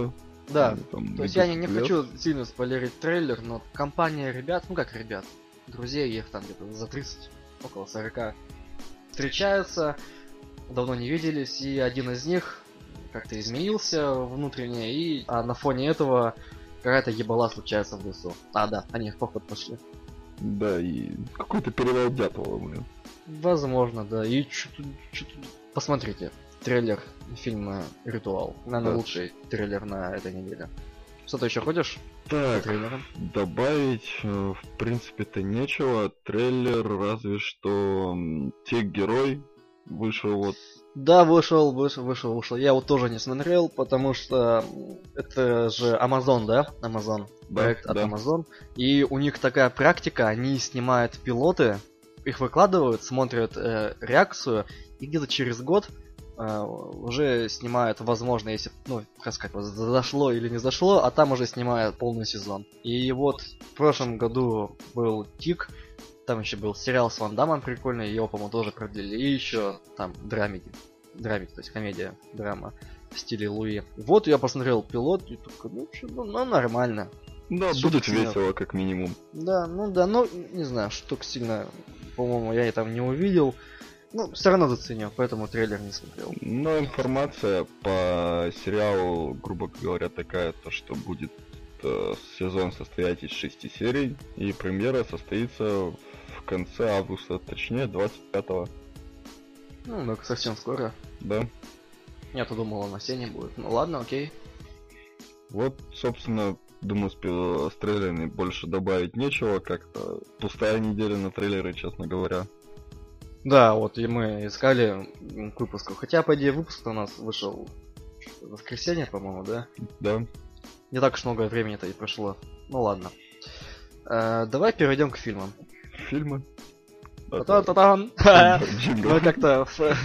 Да, Там то есть я не, не лет. хочу сильно спойлерить трейлер, но компания ребят, ну как ребят, друзей, их там где-то за тридцать, около сорока, встречаются, давно не виделись, и один из них как-то изменился внутренне, и а на фоне этого какая-то ебала случается в лесу. А, да, они в поход пошли. Да, и какой-то перевал Дятлова, блин. Возможно, да, и что-то... Посмотрите трейлер фильма «Ритуал». Наверное, Да. лучший трейлер на этой неделе. Что-то еще ходишь по Так, трейлерам? добавить, э, в принципе-то нечего. Трейлер, разве что м, Тех-герой вышел вот. Да, вышел, вышел, вышел, вышел. Я вот тоже не смотрел, потому что это же Amazon, да? Amazon. Да, Проект от да. Amazon. И у них такая практика, они снимают пилоты, их выкладывают, смотрят э, реакцию, и где-то через год э, уже снимают, возможно, если, ну, как сказать, вот зашло или не зашло, а там уже снимают полный сезон. И вот в прошлом году был Тик, там еще был сериал с Ван Дамом прикольный, его, по-моему, тоже продлили. И еще там драмеди. Драмеди, то есть комедия, драма в стиле Луи. Вот я посмотрел пилот и такой, ну, что, ну, ну нормально. Да, Штук будет сильно. весело, как минимум. Да, ну да, ну, не знаю, штук сильно, по-моему, я и там не увидел. Ну, все равно заценил, поэтому трейлер не смотрел. Но информация по сериалу, грубо говоря, такая, то что будет э, сезон состоять из шести серий, и премьера состоится в конце августа, точнее двадцать пятого. Ну, так совсем скоро. Да. Я-то думал, он осенний будет. Ну ладно, окей. Вот, собственно, думаю, с, пи- с трейлерами больше добавить нечего, как-то пустая неделя на трейлеры, честно говоря. Да, вот и мы искали м, к выпуску. Хотя, по идее, выпуск у нас вышел в воскресенье, по-моему, да? Да. Не так уж много времени-то и прошло. Ну ладно. Э, давай перейдем к фильмам. Фильмы. Та-та-та-тан. Джингл. Мы как-то в-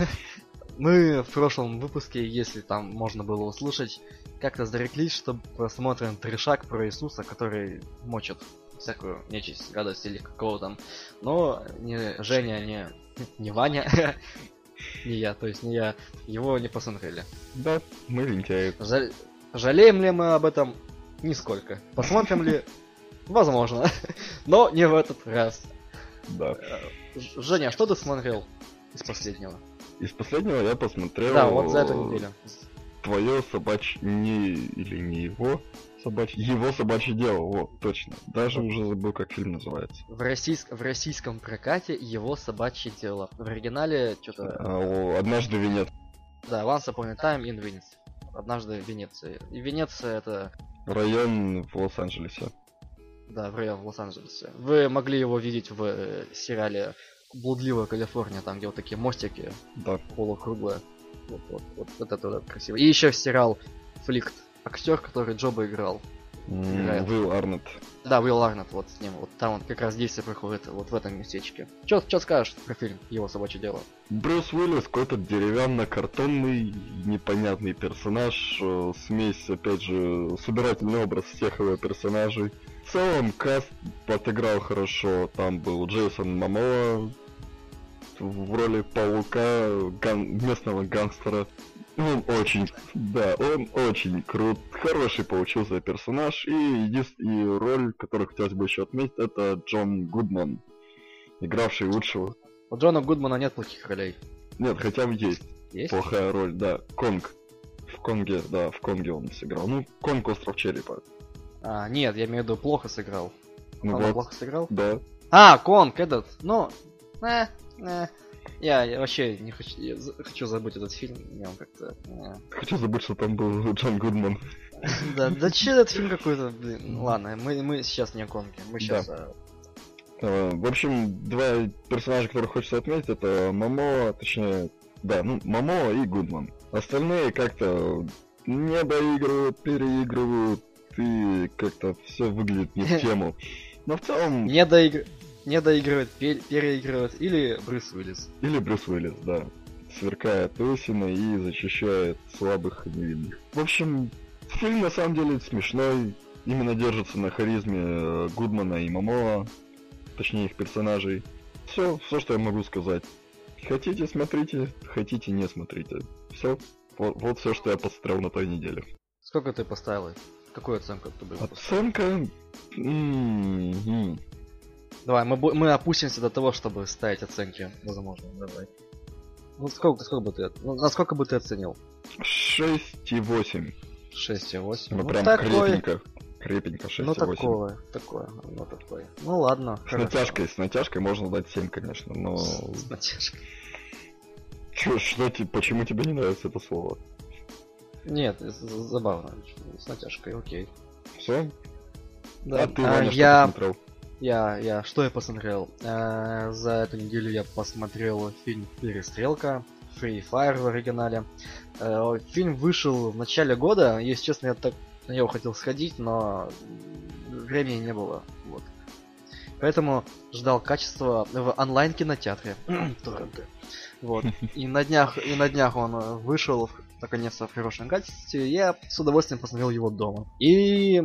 мы в прошлом выпуске, если там можно было услышать, как-то зареклись, что просмотрим трешак про Иисуса, который мочит всякую нечисть, гадость или какого там. Но не Женя, не, не Ваня, не я, то есть не я, его не посмотрели. Да, мы лентяи. Жаль- Жалеем ли мы об этом? Нисколько. Посмотрим ли? Возможно. Но не в этот раз. Да. Ж- Женя, а что ты смотрел из последнего? Из последнего я посмотрел... Да, вот за эту неделю. Твое собачье... Не... Или не его собачье... Его собачье дело, вот, точно. Даже уже забыл, как фильм называется. В, российск... в российском прокате его собачье дело. В оригинале что-то... А, о, однажды в Венеции. Да, Once Upon a Time in Venice. Однажды в Венеции. И Венеция это... Район в Лос-Анджелесе. Да, в район в Лос-Анджелесе. Вы могли его видеть в э, сериале «Блудливая Калифорния», там где вот такие мостики Да. полукруглые. Вот, вот, вот, вот это вот красиво. И еще сериал «Фликт». Актер, который Джоба играл. М, Играет. Уилл Арнетт. Да, Уилл Арнетт, вот с ним. Вот там вот как раз действие проходит вот в этом местечке. Чё, чё скажешь про фильм «Его собачье дело»? Брюс Уиллис какой-то деревянно-картонный, непонятный персонаж, э, смесь, опять же, собирательный образ всех его персонажей. В целом, каст отыграл хорошо, там был Джейсон Момоа в роли паука, ган- местного гангстера. Он очень, да, он очень крут, хороший получился персонаж, и единственная роль, которую хотелось бы еще отметить, это Джон Гудман, игравший лучшего. У Джона Гудмана нет плохих ролей. Нет, хотя бы есть. Есть? Плохая роль, да. Конг. В Конге, да, в Конге он сыграл. Ну, Конг Остров Черепа. А, нет, я имею в виду плохо сыграл. Ну Он вот, плохо сыграл? да. А, Конг этот. Ну, э, э. Я, я вообще не хочу, я за- хочу забыть этот фильм. Я он как-то. э. Хочу забыть, что там был Джон Гудман. Да, да че этот фильм какой-то, блин. Ну, ладно, мы, мы сейчас не о Конге. Мы сейчас. Э, В общем, два персонажа, которых хочется отметить, это Момоа, точнее, да, ну, Момоа и Гудман. Остальные как-то не доигрывают, переигрывают, и как-то все выглядит не в тему. Но в целом... Не доигр... Не доигрывает, пе- переигрывает. Или Брюс Уиллис. Или Брюс Уиллис, да. Сверкает лысиной и защищает слабых и невинных. В общем, фильм на самом деле смешной. Именно держится на харизме э, Гудмана и Момоа. Точнее, их персонажей. Все, все, что я могу сказать. Хотите, смотрите, хотите, не смотрите. Все. Вот, вот все, что я посмотрел на той неделе. Сколько ты поставил? Какую оценку ты бы поставил? Оценка... М-м-м. Давай, мы, бу- мы опустимся до того, чтобы ставить оценки. Возможно, давай. Ну сколько, сколько бы ты... Ну, насколько бы ты оценил? шесть и восемь. шесть и восемь. Ну, Ну, прям такой... крепенько. Крепенько шесть Ну и восемь. такое, такое, ну такое. Ну ладно. С хорошо. натяжкой, с натяжкой можно дать семь, конечно, но... С натяжкой. Чё, что, ти- почему тебе не нравится это слово? Нет, з- забавно. С натяжкой, окей. Все? Да, А ты, а, Ваня, что я... посмотрел? Я, я, что я посмотрел? Э, за эту неделю я посмотрел фильм «Перестрелка», Free Fire в оригинале. Э, фильм вышел в начале года, если честно, я так на него хотел сходить, но времени не было. Вот. Поэтому ждал качества в онлайн-кинотеатре. торренты. Вот. И на днях, и на днях он э, вышел в- наконец-то в хорошем качестве. Я с удовольствием посмотрел его дома. И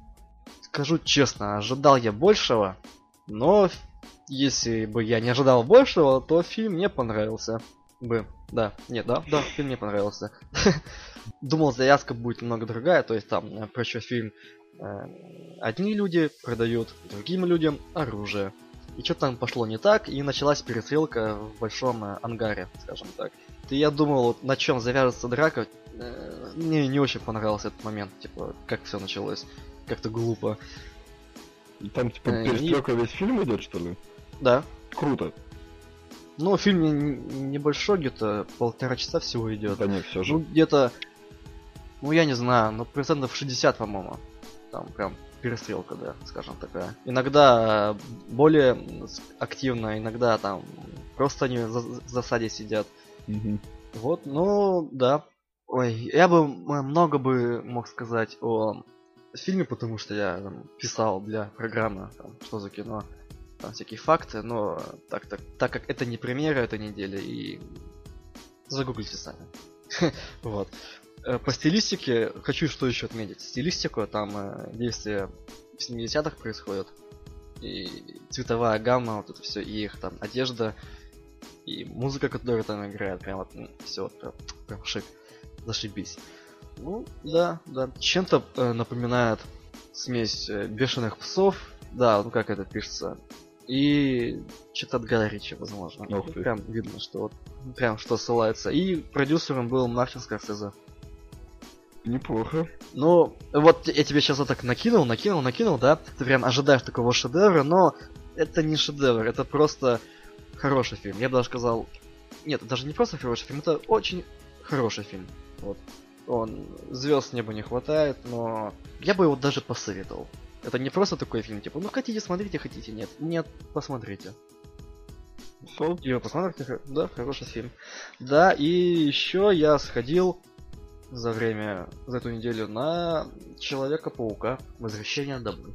скажу честно, ожидал я большего, но ф- если бы я не ожидал большего, то фильм мне понравился бы. Да, нет, да, да, фильм мне понравился. Думал, завязка будет немного другая, то есть там э, проще фильм э, одни люди продают другим людям оружие. И что-то там пошло не так, и началась перестрелка в большом э, ангаре, скажем так. И я думал, вот, на чем завяжется драка. Э, мне не очень понравился этот момент, типа, как все началось. Как-то глупо. И там, типа, Э, и- перестрелка весь фильм идет, что ли? Да. Круто. Ну, фильм не- не- небольшой, где-то полтора часа всего идет. Да не, все же. Ну, где-то, ну, я не знаю, ну, процентов шестьдесят, по-моему. Там прям перестрелка, да, скажем такая. Иногда э, более с- активно, иногда там просто они за- в засаде сидят. Мгм. Вот, ну, да. Ой, я бы м- много бы мог сказать о фильме, потому что я там, писал для программы, там, что за кино, там всякие факты, но так, так, так как это не премьера этой недели, и загуглите сами. Вот. Э, По стилистике хочу что еще отметить. Стилистику, там э, действия в семидесятых происходят. И цветовая гамма, вот это все, и их там одежда, и музыка, которая там играет, прям вот все, прям, прям шик. Зашибись. Ну, да, да. Чем-то э, напоминает смесь э, бешеных псов. Да, ну как это пишется. И что-то от Гая Ричи, возможно. Ух Ну, ты. прям видно, что вот прям что ссылается. И продюсером был Мартин Скорсезе. Неплохо. Ну, вот я тебе сейчас вот так накинул, накинул, накинул, да? Ты прям ожидаешь такого шедевра, но это не шедевр, это просто хороший фильм. Я бы даже сказал... Нет, это даже не просто хороший фильм, это очень хороший фильм. Вот. Он... Звезд с неба не хватает, но... Я бы его даже посоветовал. Это не просто такой фильм, типа, ну хотите смотрите, хотите нет. Нет, посмотрите. Сол? И вы посмотрите, хо- да, хороший фильм. Да, и еще я сходил за время, за эту неделю на Человека-паука. Возвращение домой.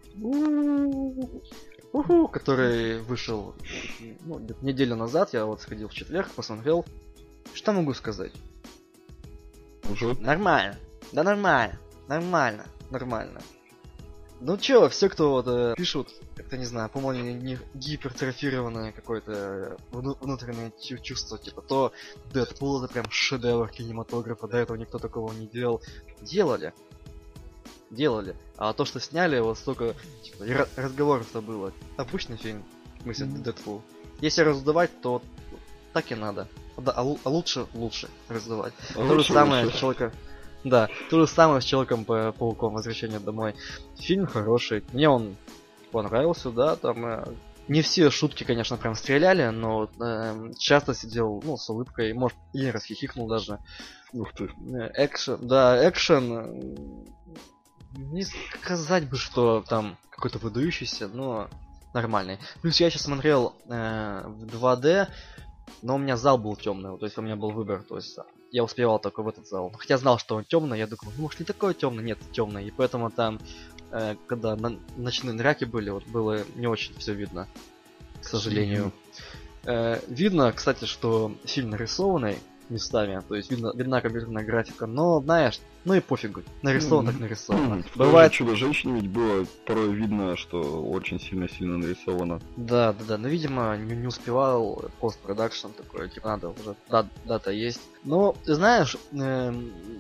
Уху, который вышел ну, где-то неделю назад. Я вот сходил в четверг, посмотрел. Что могу сказать? Уже? Нормально. Да нормально. Нормально. Нормально. Ну чё, все, кто вот э, пишут, как-то не знаю, по-моему, не, не гипертрофированное какое-то э, вну- внутреннее чу- чувство, типа, то Дэдпул это прям шедевр кинематографа, до этого никто такого не делал. Делали. Делали. А то, что сняли, вот столько типа, и ра- разговоров-то было. Обычный фильм, в смысле, Мгм. Дэдпул. Если раздувать, то вот так и надо. Да, а, лу- а лучше лучше раздувать. А То же лучше самое лучше. с человеком. Да, то же самое с Человеком-пауком Возвращение домой. Фильм хороший. Мне он понравился, да, там э, не все шутки, конечно, прям стреляли, но э, часто сидел, ну, с улыбкой, может, один раз хихикнул даже. Ух ты. Э, Экшен, да, экшен. э, Не сказать бы, что там какой-то выдающийся, но нормальный. Плюс я сейчас смотрел э, в два дэ, но у меня зал был темный, то есть у меня был выбор, то есть я успевал только в этот зал. Хотя знал, что он темный, я думал, ну может не такой темный, нет, темный. И поэтому там, э, когда на- ночные драки были, вот было не очень все видно, к сожалению. Э, видно, кстати, что фильм нарисованный местами, то есть видно, видна компьютерная графика, но знаешь, ну и пофигу, нарисовано так нарисовано. В Бывает, Чудо-женщине ведь было порой видно, что очень сильно-сильно нарисовано. да, да, да, но видимо не, не успевал постпродакшн такой, типа надо уже, да, дата есть. Но ты знаешь, эм,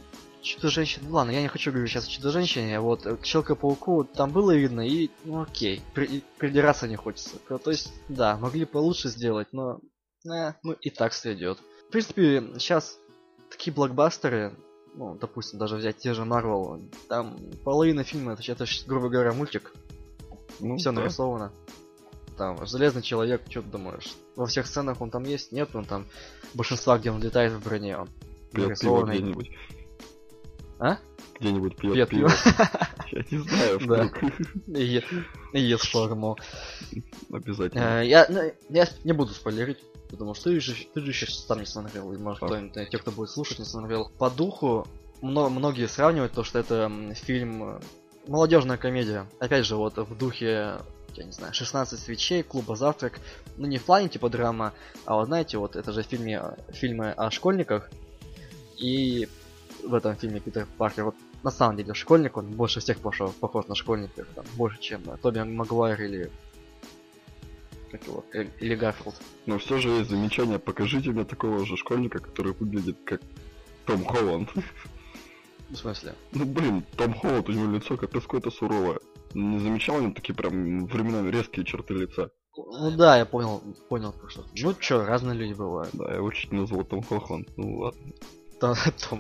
Чудо-женщина, ладно, я не хочу говорить сейчас о Чудо-женщине, вот к Человеку-пауку там было видно, и, ну окей, при, придираться не хочется. То есть, да, могли получше сделать, но, э, ну и так сойдет. В принципе, сейчас такие блокбастеры, ну, допустим, даже взять те же Марвел, там половина фильма, это, это грубо говоря, мультик, Ну, все да. нарисовано. Там, Железный Человек, что ты думаешь? Во всех сценах он там есть? Нет, он там, большинства, где он летает в броне, он Пьет пиво нарисованный. где-нибудь. А? Где-нибудь пьет Пьет пиво. пиво. Я не знаю, Да. вдруг. И е- и ест шаурму. Обязательно. Э, Я, ну, я не буду спойлерить, потому что ты же, ты же еще сам не смотрел, и может А. кто-нибудь, э, те, кто будет слушать, не смотрел. По духу мно- многие сравнивают то, что это м, фильм э, молодежная комедия. Опять же, вот в духе, я не знаю, шестнадцать свечей, Клуба Завтрак. Ну не в плане типа драма, а вот знаете, вот это же фильме, фильмы о школьниках. И в этом фильме Питер Паркер, вот на самом деле школьник, он больше всех пошел, похож на школьника, там, больше, чем э, Тоби Магуайр или как его, э, или Гарфилд. Но все же есть замечание. Покажите мне такого же школьника, который выглядит как Том Холланд. В смысле? Ну блин, Том Холланд, у него лицо капец какое-то суровое. Не замечал у него такие прям временами резкие черты лица? Ну да, я понял, понял, про что. Ну чё, разные люди бывают. Да, я его чуть не назвал Том Холланд. Ну ладно. Том. Том.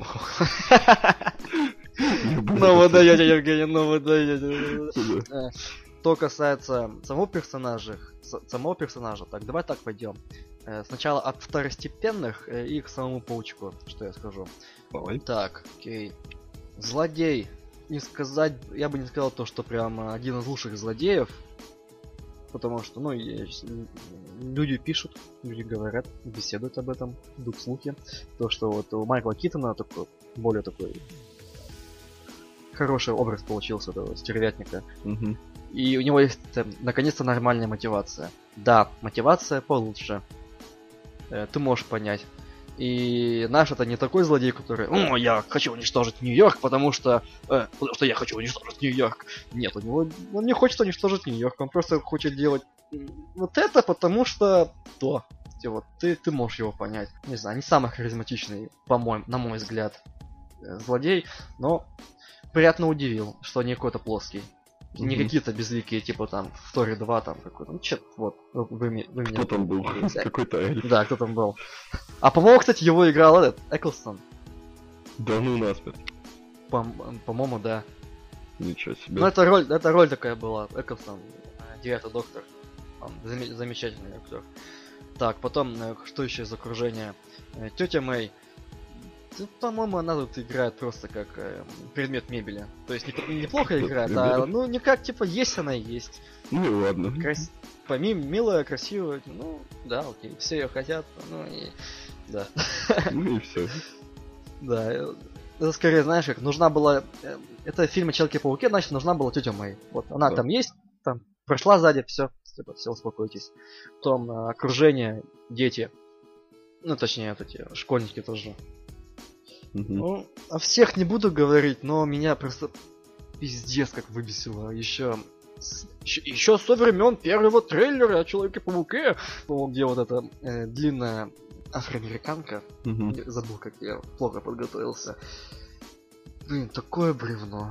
Не буду Ну вы это даете, Евгений, ну вы даете. слушать. Да. Что касается самого персонажа, с- самого персонажа, так, давай так пойдем. Э, Сначала от второстепенных э, и к самому паучку, что я скажу. Давай. Так, окей. Злодей. Не сказать, я бы не сказал то, что прям один из лучших злодеев. Потому что, ну, есть- люди пишут, люди говорят, беседуют об этом, идут слухи. То, что вот у Майкла Китона такой, более такой хороший образ получился этого стервятника. Мгм. И у него есть э, наконец-то нормальная мотивация. Да, мотивация получше. Э, ты можешь понять. И наш это не такой злодей, который, о, я хочу уничтожить Нью-Йорк, потому что, э, потому что я хочу уничтожить Нью-Йорк. Нет, у него, он не хочет уничтожить Нью-Йорк, он просто хочет делать м, вот это, потому что то. Те Вот, ты, ты можешь его понять. Не знаю, не самый харизматичный, по-моему, на мой взгляд, э, злодей, но приятно удивил, что не какой-то плоский. Не Мгм. какие-то безликие, типа там в Торе два там какой-то. Ну чё, вот, вы, вы мне- вы меня... Кто там был? Какой-то эльф. Да, кто там был. А по-моему, кстати, его играл этот, Эклстон. Да ну насмерть. По- По-моему, да. Ничего себе. Ну, это роль, это роль такая была. Эклстон, э, девятый доктор. Он заме- замечательный актер. Так, потом, э, что еще из окружения? Э, Тетя Мэй. Ну, по-моему, она тут играет просто как э, предмет мебели. То есть не- неплохо Предмет играет, а мебели. ну не как, типа, есть она и есть. Ну и ладно. Крас... Помимо милая, красивая, ну, да, окей, все ее хотят, ну и... Да. Ну и все. Да, э, это скорее, знаешь, как нужна была... э, Это фильм о Человеке-пауке, значит, нужна была тетя Мэй. Вот, она Да. там есть, там прошла сзади, все, типа, все, успокойтесь. Потом э, окружение, дети. Ну, точнее, вот эти школьники тоже. Мгм. Ну, о всех не буду говорить, но меня просто пиздец как выбесило. Еще еще со времен первого трейлера о Человеке-пауке, ну, где вот эта э, длинная афроамериканка. Мгм. Я забыл, как я плохо подготовился. Блин, такое бревно.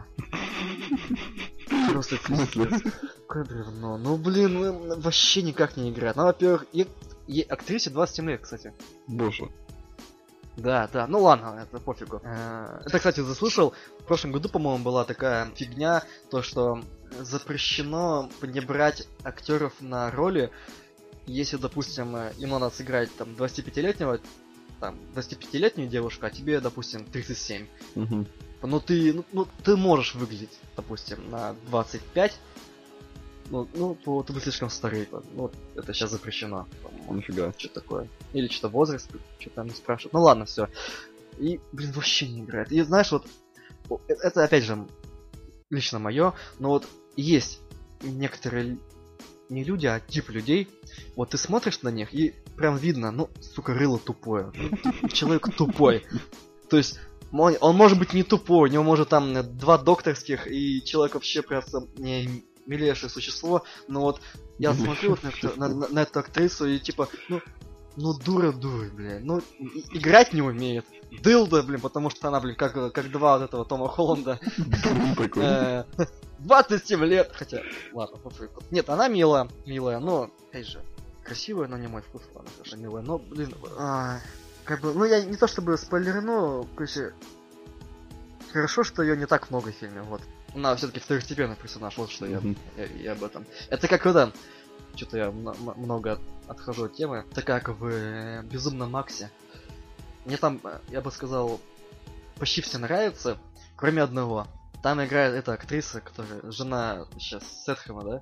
Просто В смысле? пиздец. Какое бревно. Ну блин, ну, вообще никак не играет. Ну, во-первых, и, и актрисе двадцать семь лет, кстати. Боже. Да, да, ну ладно, это пофигу. Э, Это, кстати, заслышал, в прошлом году, по-моему, была такая фигня, то что запрещено не брать актеров на роли, если, допустим, э, им надо сыграть там двадцатипятилетнего, там, двадцатипятилетнюю девушку, а тебе, допустим, тридцать семь. Мгм. Ну ты, ну, ну, ты можешь выглядеть, допустим, на двадцать пять, ну, ну то ты бы слишком старый. Ну, вот это сейчас запрещено, по-моему. Нифига. Что такое? Или что-то возраст, что-то там не спрашивают. Ну ладно, все. И, блин, вообще не играет. И знаешь, вот о, э- это опять же лично мое, но вот есть некоторые не люди, а тип людей. Вот ты смотришь на них и прям видно, ну, сука, рыло тупое. Ну, человек тупой. То есть мо- он может быть не тупой, у него может там э, два докторских, и человек вообще просто не милейшее существо, но вот я смотрю вот на, эту- на- на- на эту актрису и типа, ну, ну дура дура, блин. Ну, и- играть не умеет. Дылда, блин, потому что она, блин, как, как два вот этого Тома Холланда. Блин, такой. Э, двадцать семь лет, хотя, ладно, пофигу. Нет, она милая, милая, но, опять же, красивая, но не мой вкус, ладно, хорошо, милая, но, блин, а, как бы, ну я не то чтобы спойлерну, короче, хорошо, что ее не так много в фильме, вот. Она все-таки второстепенный персонаж, вот что я, Мгм. я, я об этом. Это как когда, что-то я м- м- много от- отхожу от темы, это как в э, Безумном Максе. Мне там, э, я бы сказал, почти все нравится, кроме одного. Там играет эта актриса, которая жена сейчас Сетхэма, да?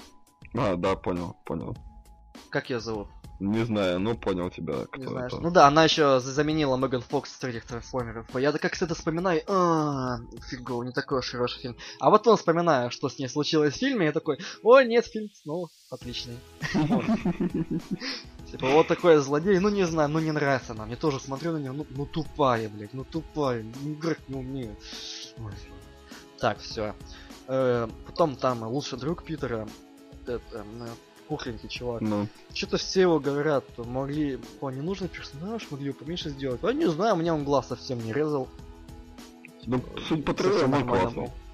А, да, понял, понял. Как ее зовут? Не знаю, ну понял тебя, Не кто знаешь. это. Ну да, она еще заменила Меган Фокс в третьих трансформеров. Я как всегда вспоминаю, а фигово, не такой уж хороший фильм. А вот он вспоминаю, что с ней случилось в фильме, я такой, ой, нет, фильм снова отличный. Вот. Типа вот такой злодей, ну не знаю, ну не нравится она. Мне тоже смотрю на нее, ну, ну тупая, блядь, ну тупая, ну, играть не умеет. Ой. Так, все. Потом там лучший друг Питера, этот, э, пухленький чувак. Ну, Что-то все его говорят, могли, о, ненужный персонаж, могли его поменьше сделать. А не знаю, мне он глаз совсем не резал. ну, судя по Совсем трейлерам, он нормально классный. был.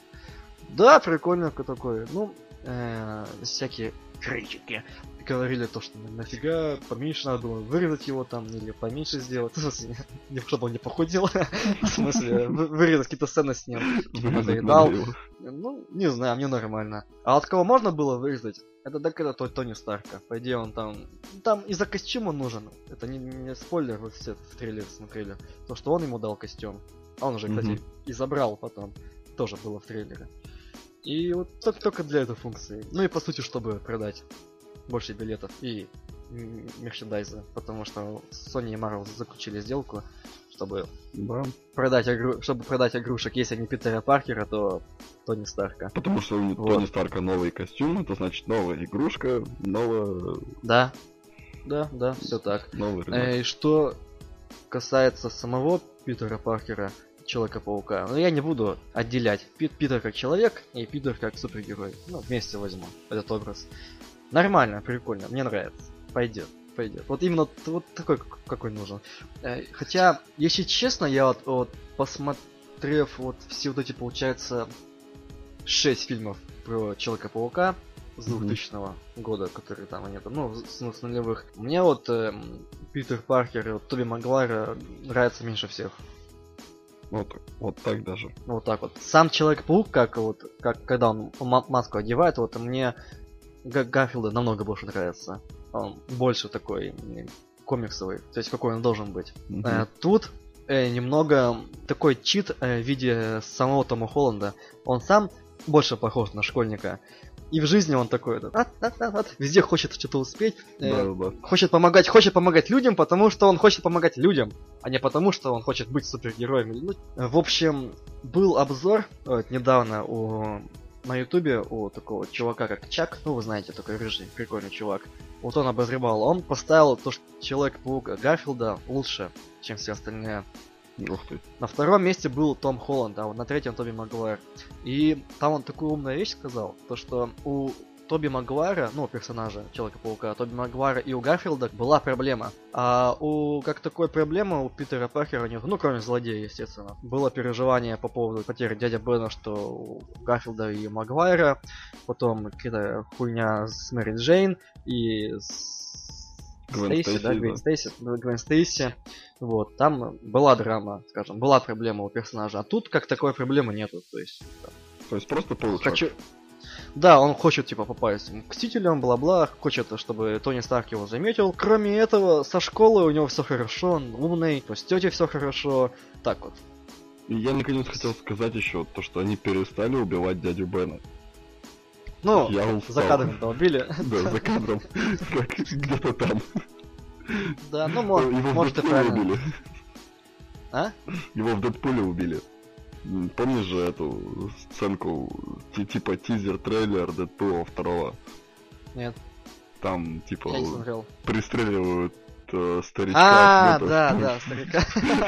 Да, прикольно такой. Ну, э, всякие критики говорили то, что нафига поменьше надо было вырезать его там, или поменьше сделать. В смысле, не чтобы он не похудел. В смысле, вы- вырезать какие-то сцены с ним. Вырезать надоедал. надо его. Ну, не знаю, мне нормально. А от кого можно было вырезать? Это так это то- Тони Старка. По идее он там... Там из-за костюма нужен. Это не, не спойлер, вы все в трейлере смотрели. То, что он ему дал костюм. А он уже, кстати, Мгм. и забрал потом. Тоже было в трейлере. И вот только, только для этой функции. Ну и по сути, чтобы продать больше билетов и м, мерчендайза. Потому что Sony и Marvel заключили сделку, чтобы Да. продать, игру... чтобы продать игрушек. Если не Питера Паркера, то Тони Старка. Потому что у Вот. Тони Старка новый костюм, это значит новая игрушка, новая... Да, да, да, все так. новый рынок. Э, И что касается самого Питера Паркера, Человека-паука, ну я не буду отделять Пит Питер как человек и Питер как супергерой. Ну, вместе возьму этот образ. Нормально, прикольно, мне нравится. Пойдет, пойдет. Вот именно т- вот такой, как- какой нужен. Э, Хотя, если честно, я вот, вот посмотрев вот все вот эти, получается, шесть фильмов про Человека-паука с Мгм. двухтысячного года, которые там они там, ну, с, с нулевых. Мне вот эм, Питер Паркер и вот Тоби Магуайр нравится меньше всех. Вот, вот так даже. Ну, вот так вот. Сам Человек-паук, как вот, как когда он ма- маску одевает, вот мне Га- Гарфилда намного больше нравится. Он больше такой м, комиксовый, то есть какой он должен быть. Мгм. Э, тут э, немного такой чит э, в виде самого Тома Холланда. Он сам больше похож на школьника. И в жизни он такой, этот, «Ат, ат, ат, ат», везде хочет что-то успеть, э, Да, да. хочет помогать, хочет помогать людям, потому что он хочет помогать людям, а не потому что он хочет быть супергероем. Ну, э, в общем, был обзор э, недавно у на ютубе у такого чувака как Чак, ну вы знаете, такой рыжий, прикольный чувак. Вот он обозревал, он поставил то, что Человек-паук Гарфилда лучше, чем все остальные. Ух ты. На втором месте был Том Холланд, а вот на третьем Тоби Магуайр. И там он такую умную вещь сказал, то что у Тоби Магуайра, ну, персонажа Человека-паука, Тоби Магуайра и у Гарфилда была проблема. А у, как такой проблемы у Питера Паркера нет, ну, кроме злодея, естественно. Было переживание по поводу потери дяди Бена, что у Гарфилда и Магуайра, потом какая-то хуйня с Мэри Джейн и с Гвен Стейси, Стейси, да, да. Гвен Стейси, да, Гвен Стейси. Вот, там была драма, скажем, была проблема у персонажа, а тут как такой проблемы нету, то есть... там, То есть просто получок. хочу... Да, он хочет, типа, попасть к Мстителям, бла-бла, хочет, чтобы Тони Старк его заметил. Кроме этого, со школы у него все хорошо, он умный, то с тетей все хорошо, так вот. И я наконец хотел сказать еще то, что они перестали убивать дядю Бена. Ну, Я за устал. кадром-то убили. Да, за кадром. Как где-то там. Да, ну, мо- Его в может и Дэдпуле правильно. убили. А? Его в Дэдпуле убили. М, Помнишь же эту сценку, ти- типа тизер-трейлер Дэдпула второго? Нет, Там, типа, я не смотрел. пристреливают э, старичка. А, ну, это, да, да, старика.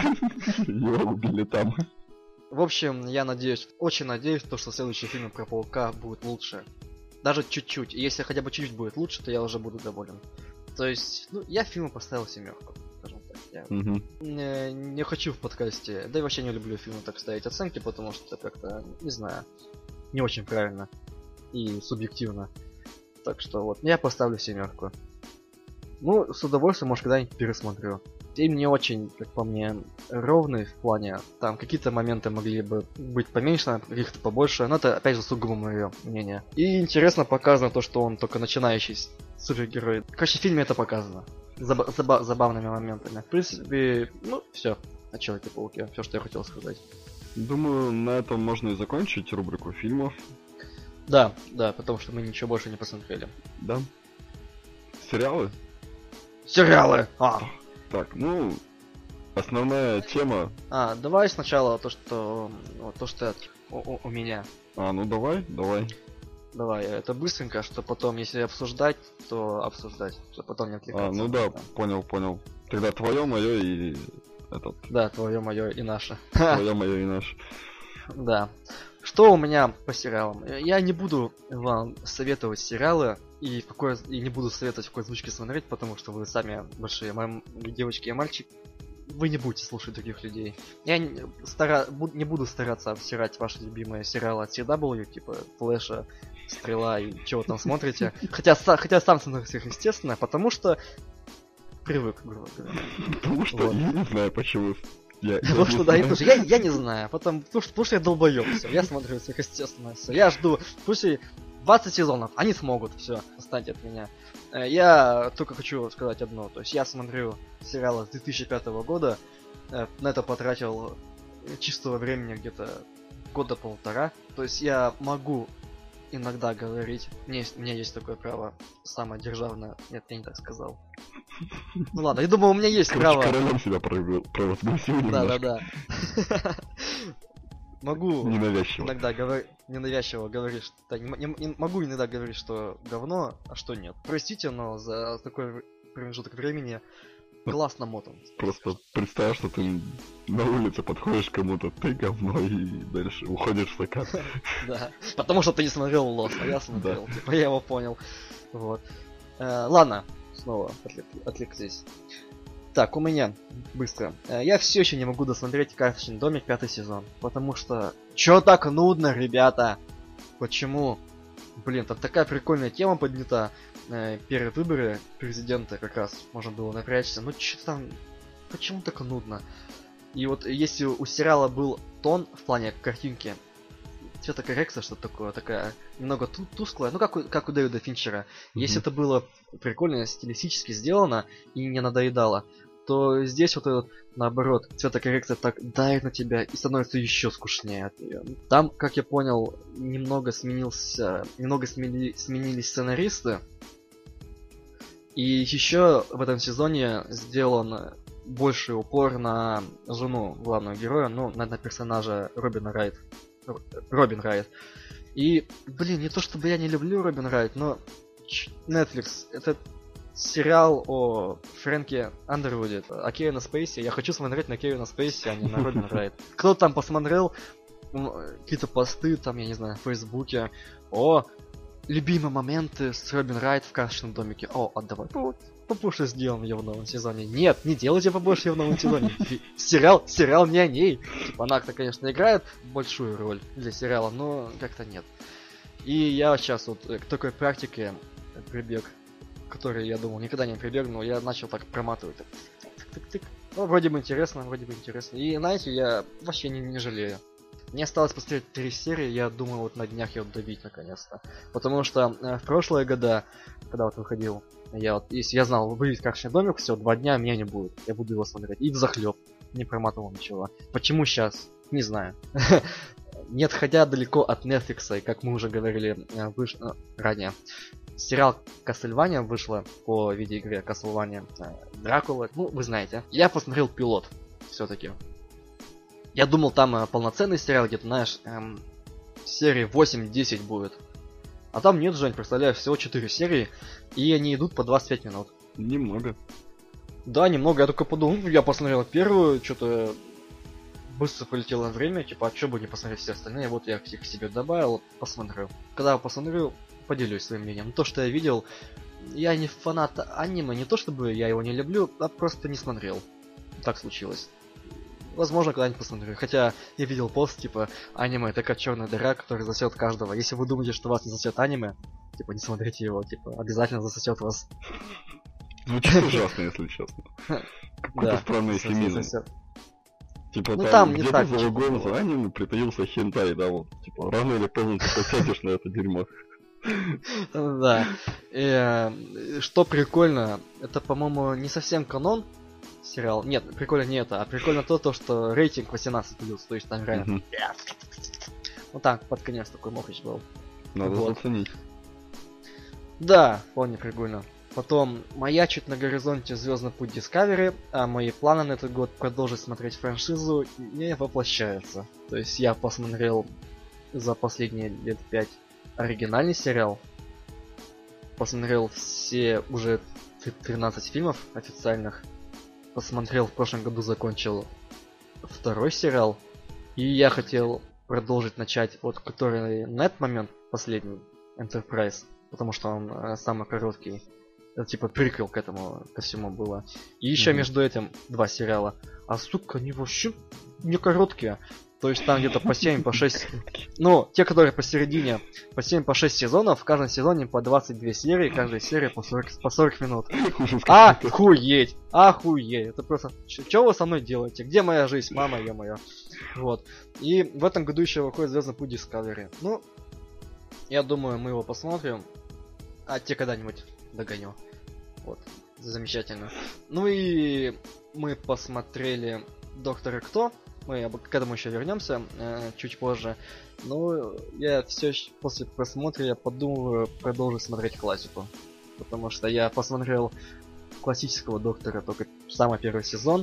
Его убили там. В общем, я надеюсь, очень надеюсь, то, что следующий фильм про Паука будет лучше. Даже чуть-чуть. И если хотя бы чуть-чуть будет лучше, то я уже буду доволен. То есть, ну, я фильму поставил семерку, скажем так. Я Угу. не, не хочу в подкасте, да и вообще не люблю фильму так ставить оценки, потому что это как-то, не знаю, не очень правильно и субъективно. Так что вот, я поставлю семерку. Ну, с удовольствием, может, когда-нибудь пересмотрю. Фильм не очень, как по мне, ровный в плане. Там какие-то моменты могли бы быть поменьше, каких-то побольше. Но это, опять же, сугубо мое мнение. И интересно показано то, что он только начинающий супергерой. Короче, в фильме это показано. Заба- заба- забавными моментами. В принципе, ну, все. О Человеке-пауке. Все, что я хотел сказать. Думаю, на этом можно и закончить рубрику фильмов. Да, да, потому что мы ничего больше не посмотрели. Да. Сериалы? Сериалы! А, Так, ну, основная тема... а давай сначала то, что... Вот, то, что у, у- у меня. А, ну давай, давай. Давай, это быстренько, что потом, если обсуждать, то обсуждать, что потом не отвлекаться. А, ну да, понял, понял. Тогда твое, мое и этот. Да, твое, мое и наше. Твое, мое и наше. Да. Что у меня по сериалам? Я не буду вам советовать сериалы и, в какой, и не буду советовать в какой озвучке смотреть, потому что вы сами большие мои девочки и мальчик. Вы не будете слушать других людей. Я не, стара... бу- не буду стараться обсирать ваши любимые сериалы от си дабл ю, типа Флэша, Стрела и чего там смотрите. Хотя, са- хотя сам смотрю их, естественно, потому что привык, грубо говоря. Потому что Вот. я не знаю, почему. Я, Потому я что, не да, и знаю. слушай, я, я не знаю, потому, потому, что, потому что я долбоёб, все, я смотрю их, естественно, все. Я жду, пусть и двадцать сезонов, они смогут, все, отстаньте от меня. Э, Я только хочу сказать одно, то есть я смотрю сериалы с две тысячи пятого года, э, на это потратил чистого времени где-то года полтора, то есть я могу иногда говорить, у меня есть, у меня есть такое право самодержавное, нет, я не так сказал. Ну ладно, я думаю, у меня есть Короче, право... королем себя провел- провозгласил Да, немножко. да, да. Могу Ненавязчиво. иногда говорить, ненавязчиво говорить, что не, не- не- могу иногда говорить, что говно, а что нет. Простите, но за такой промежуток времени классно мотан. Просто представь, что ты на улице подходишь к кому-то, ты говно, и дальше уходишь в стакан. Да. Потому что ты не смотрел Лос, а я смотрел. Типа я его понял. Вот. Э, ладно, снова отвлек- отвлеклись. Так, у меня быстро. Э, Я все еще не могу досмотреть «Карточный домик» пятый сезон. Потому что... Чё так нудно, ребята? Почему? Блин, там такая прикольная тема поднята. Э, Первые выборы президента как раз можно было напрячься. Ну чё там... Почему так нудно? И вот если у сериала был тон в плане картинки, цветокоррекция, что-то такое, такая немного ту- тусклая, ну как у, как у Дэвида Финчера. Если Мгм. это было прикольно, стилистически сделано и не надоедало, то здесь вот этот, наоборот, цветокоррекция так давит на тебя и становится еще скучнее от нее. Там, как я понял, немного сменился, немного смени- сменились сценаристы. И еще в этом сезоне сделан больший упор на жену главного героя, ну, на, на персонажа Робина Райт. Р- Робин Райт. И, блин, не то чтобы я не люблю Робин Райт, но ч- Netflix, это сериал о Фрэнке Андервуде, о Кевине Спейси. Я хочу смотреть на Кевина Спейси, а не на Робин Райт. Кто там посмотрел м, какие-то посты, там, я не знаю, в Фейсбуке, о, любимые моменты с Робин Райт в «Карточном домике». О, а давай по- побольше сделаем ее в новом сезоне. Нет, не делайте побольше ее в новом сезоне. Фи- Сериал, сериал не о ней. Типа, она-то, конечно, играет большую роль для сериала, но как-то нет. И я сейчас вот э, к такой практике прибег, который я думал никогда не прибегну, я начал так проматывать. Так, тык-тык-тык. Ну, вроде бы интересно, вроде бы интересно. И знаете, я вообще не, не жалею. Мне осталось посмотреть три серии, я думаю, вот на днях ее добить наконец-то. Потому что э, в прошлые года, когда вот выходил, я вот, если я знал, выйдет «Карточный домик», все, два дня меня не будет. Я буду его смотреть. И взахлеб. Не проматывал ничего. Почему сейчас? Не знаю. Не отходя далеко от Netflix, и как мы уже говорили э, выш- э, ранее. Сериал Castlevania вышла по видеоигре Castlevania э, Дракула. Ну, вы знаете. Я посмотрел пилот. Все-таки. Я думал, там э, полноценный сериал, где-то, знаешь, эм, серии восемь-десять будет. А там нет, Жень, представляешь, всего четыре серии, и они идут по двадцать пять минут. Немного. Да, немного, я только подумал, ну, я посмотрел первую, что-то быстро полетело время, типа, а что бы не посмотреть все остальные, вот я их к себе добавил, посмотрю. Когда посмотрю, поделюсь своим мнением. То, что я видел, я не фанат аниме, не то чтобы я его не люблю, а просто не смотрел. Так случилось. Возможно, когда-нибудь посмотрю. Хотя я видел пост, типа, аниме это как черная дыра, которая засосет каждого. Если вы думаете, что вас не засосет аниме, типа, не смотрите его, типа, обязательно засосет вас. Звучит ужасно, если честно. Какой-то странный эфемизм. Типа ну, там, там не где-то так за углом за аниме притаился хентай, да, вот. Типа, рано или поздно ты посядешь на это дерьмо. Да. И, что прикольно, это, по-моему, не совсем канон сериал. Нет, прикольно не это, а прикольно то, то что рейтинг восемнадцать плюс, то есть там реально... Вот так, под конец такой мохрич был. Надо вот. заценить. Да, вполне прикольно. Потом маячит на горизонте Звездный путь Discovery, а мои планы на этот год продолжить смотреть франшизу не воплощаются. То есть я посмотрел за последние лет пять оригинальный сериал, посмотрел все уже тринадцать фильмов официальных, посмотрел в прошлом году, закончил второй сериал, и я хотел продолжить начать вот который на этот момент последний, Enterprise, потому что он э, самый короткий. Это типа приквел к этому ко всему было. И еще mm-hmm. между этим два сериала. А сука, они вообще не короткие. То есть там где-то по семь, по шесть. Ну, те, которые посередине, по семь, по шесть сезонов, в каждом сезоне по двадцать две серии, каждая серия по сорок, по сорок минут. Охуеть! Охуеть! Это просто... Что вы со мной делаете? Где моя жизнь, мама, ё-моё? Вот. И в этом году еще выходит Звездный путь Discovery. Ну, я думаю, мы его посмотрим. А те когда-нибудь догоню. Вот. Замечательно. Ну и мы посмотрели Доктора Кто. Мы к этому еще вернемся э, чуть позже. Но я все еще после просмотра я подумываю продолжить смотреть классику. Потому что я посмотрел классического Доктора только самый первый сезон.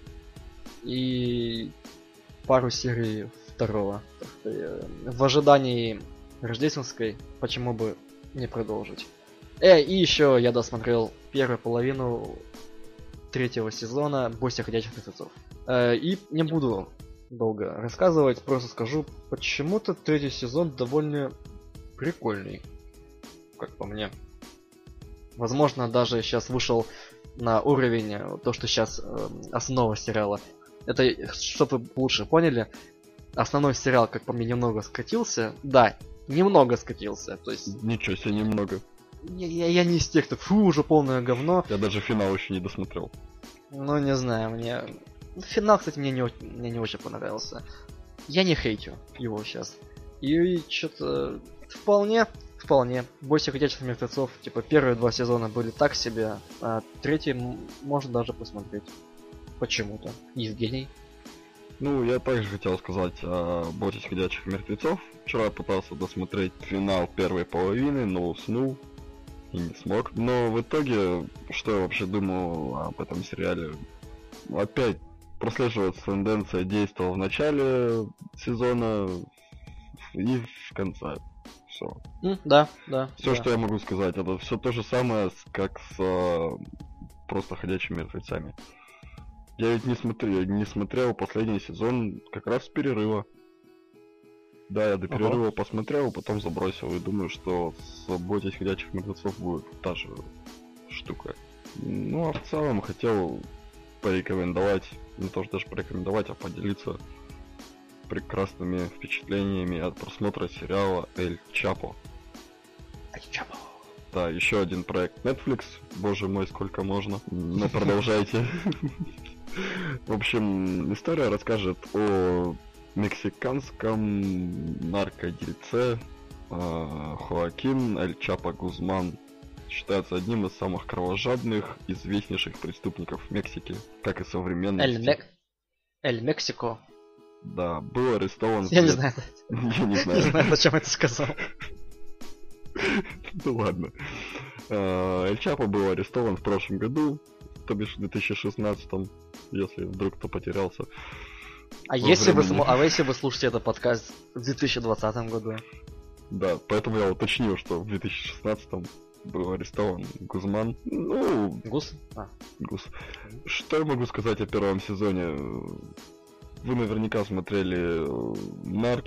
И пару серий второго. Так что, э, в ожидании рождественской почему бы не продолжить. Э, и еще я досмотрел первую половину третьего сезона «Бой всех ходячих мертвецов». Э, и не буду долго рассказывать, просто скажу, почему-то третий сезон довольно прикольный, как по мне. Возможно, даже сейчас вышел на уровень, то, что сейчас э, основа сериала. Это, чтобы вы лучше поняли, основной сериал, как по мне, немного скатился. Да, немного скатился, то есть... Ничего себе, немного. Я, я, я не из тех, кто, фу, уже полное говно. Я даже финал еще не досмотрел. Ну, не знаю, мне... Финал, кстати, мне не, мне не очень понравился. Я не хейтю его сейчас. И что-то... Вполне, вполне. Бой всех ходячих мертвецов, типа, первые два сезона были так себе, а третий можно даже посмотреть. Почему-то. Евгений? Ну, я также хотел сказать о Бойтесь ходячих мертвецов. Вчера пытался досмотреть финал первой половины, но уснул и не смог. Но в итоге, что я вообще думал об этом сериале? Опять прослеживается тенденция действия в начале сезона и в конце. Все. Mm, да, да. Все, да. что я могу сказать, это все то же самое, как с uh, просто ходячими мертвецами. Я ведь не смотрел, не смотрел последний сезон как раз с перерыва. Да, я до перерыва ага. посмотрел, потом забросил и думаю, что с «Бойтесь ходячих мертвецов» будет та же штука. Ну, а в целом хотел порекомендовать, не то что даже порекомендовать, а поделиться прекрасными впечатлениями от просмотра сериала «Эль Чапо». Эль Чапо. Да, еще один проект Netflix. Боже мой, сколько можно. Но продолжайте. В общем, история расскажет о мексиканском наркодельце э, Хоакин Эль Чапо Гузман. Считается одним из самых кровожадных, известнейших преступников Мексики, как и современности. Эль, Мек... Эль Мексико. Да, был арестован... Я не знаю. Я не знаю. Не знаю, зачем это сказал. Ну ладно. Эль Чапо был арестован в прошлом году, то бишь в две тысячи шестнадцатом, если вдруг кто потерялся. А если, вы, а если вы слушаете этот подкаст в две тысячи двадцатом году? Да, поэтому я уточнил, что в две тысячи шестнадцатом был арестован Гузман. Ну... Гус? А. Гус. Что я могу сказать о первом сезоне? Вы наверняка смотрели «Нарки»,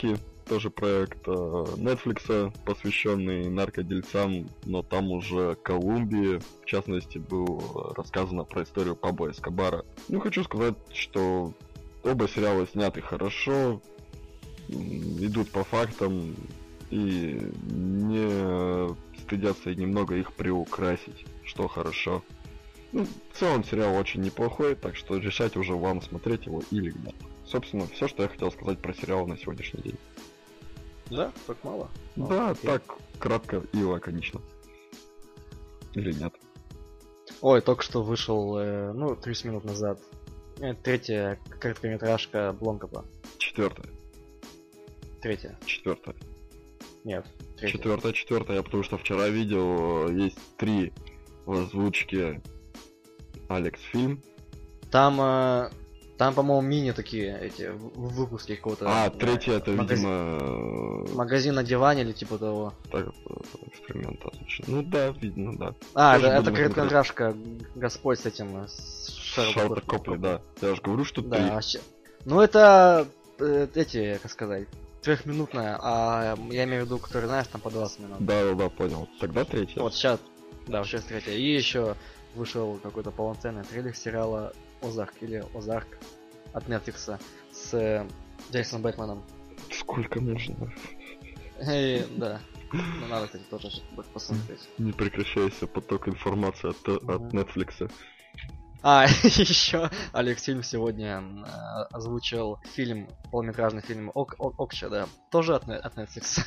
тоже проект э, Netflix, посвященный наркодельцам, но там уже Колумбии, в частности, был рассказано про историю Пабло Эскобара. Ну, хочу сказать, что оба сериала сняты хорошо, идут по фактам и не стыдятся и немного их приукрасить, что хорошо. Ну, в целом сериал очень неплохой, так что решать уже вам, смотреть его или нет. Собственно, все, что я хотел сказать про сериал на сегодняшний день. Да? Так мало? Да, О, так кратко и лаконично. Или нет? Ой, только что вышел, э, ну, тридцать минут назад, э, третья короткометражка Бломкопа. Четвертая. Третья. Четвертая. Нет, третья. Четвертая, четвертая. Я потому что вчера видел, есть три в озвучке Алекс фильм. Там, э, там, по-моему, мини такие эти в- выпуски какого-то. А, э, третья это, магази- видимо, Магазин на диване или типа того. так, эксперимент озвучен. Ну да, видно, да. А, Тоже это, это будем короткометражка Господь с этим, э, с Шарлотта Шарлоттой Копли, да. Я же говорю, что Да, три. вообще. Ну это э, эти, как сказать, трехминутная, а я имею в виду, которые, знаешь, там по двадцать минут. Да, да, да, понял. Тогда третья. Вот сейчас, да, сейчас третья. И еще вышел какой-то полноценный трейлер сериала Озарк или Озарк от Netflix с э, Джейсоном Бэтменом. Сколько можно? И, да. Ну, надо, кстати, тоже будет посмотреть. Не прекращайся поток информации от, от Мгм. Netflix. А, еще Алекс Фильм сегодня э, озвучил фильм, полнометражный фильм Ок Ок- Окча, да, тоже от, Не- от Netflix.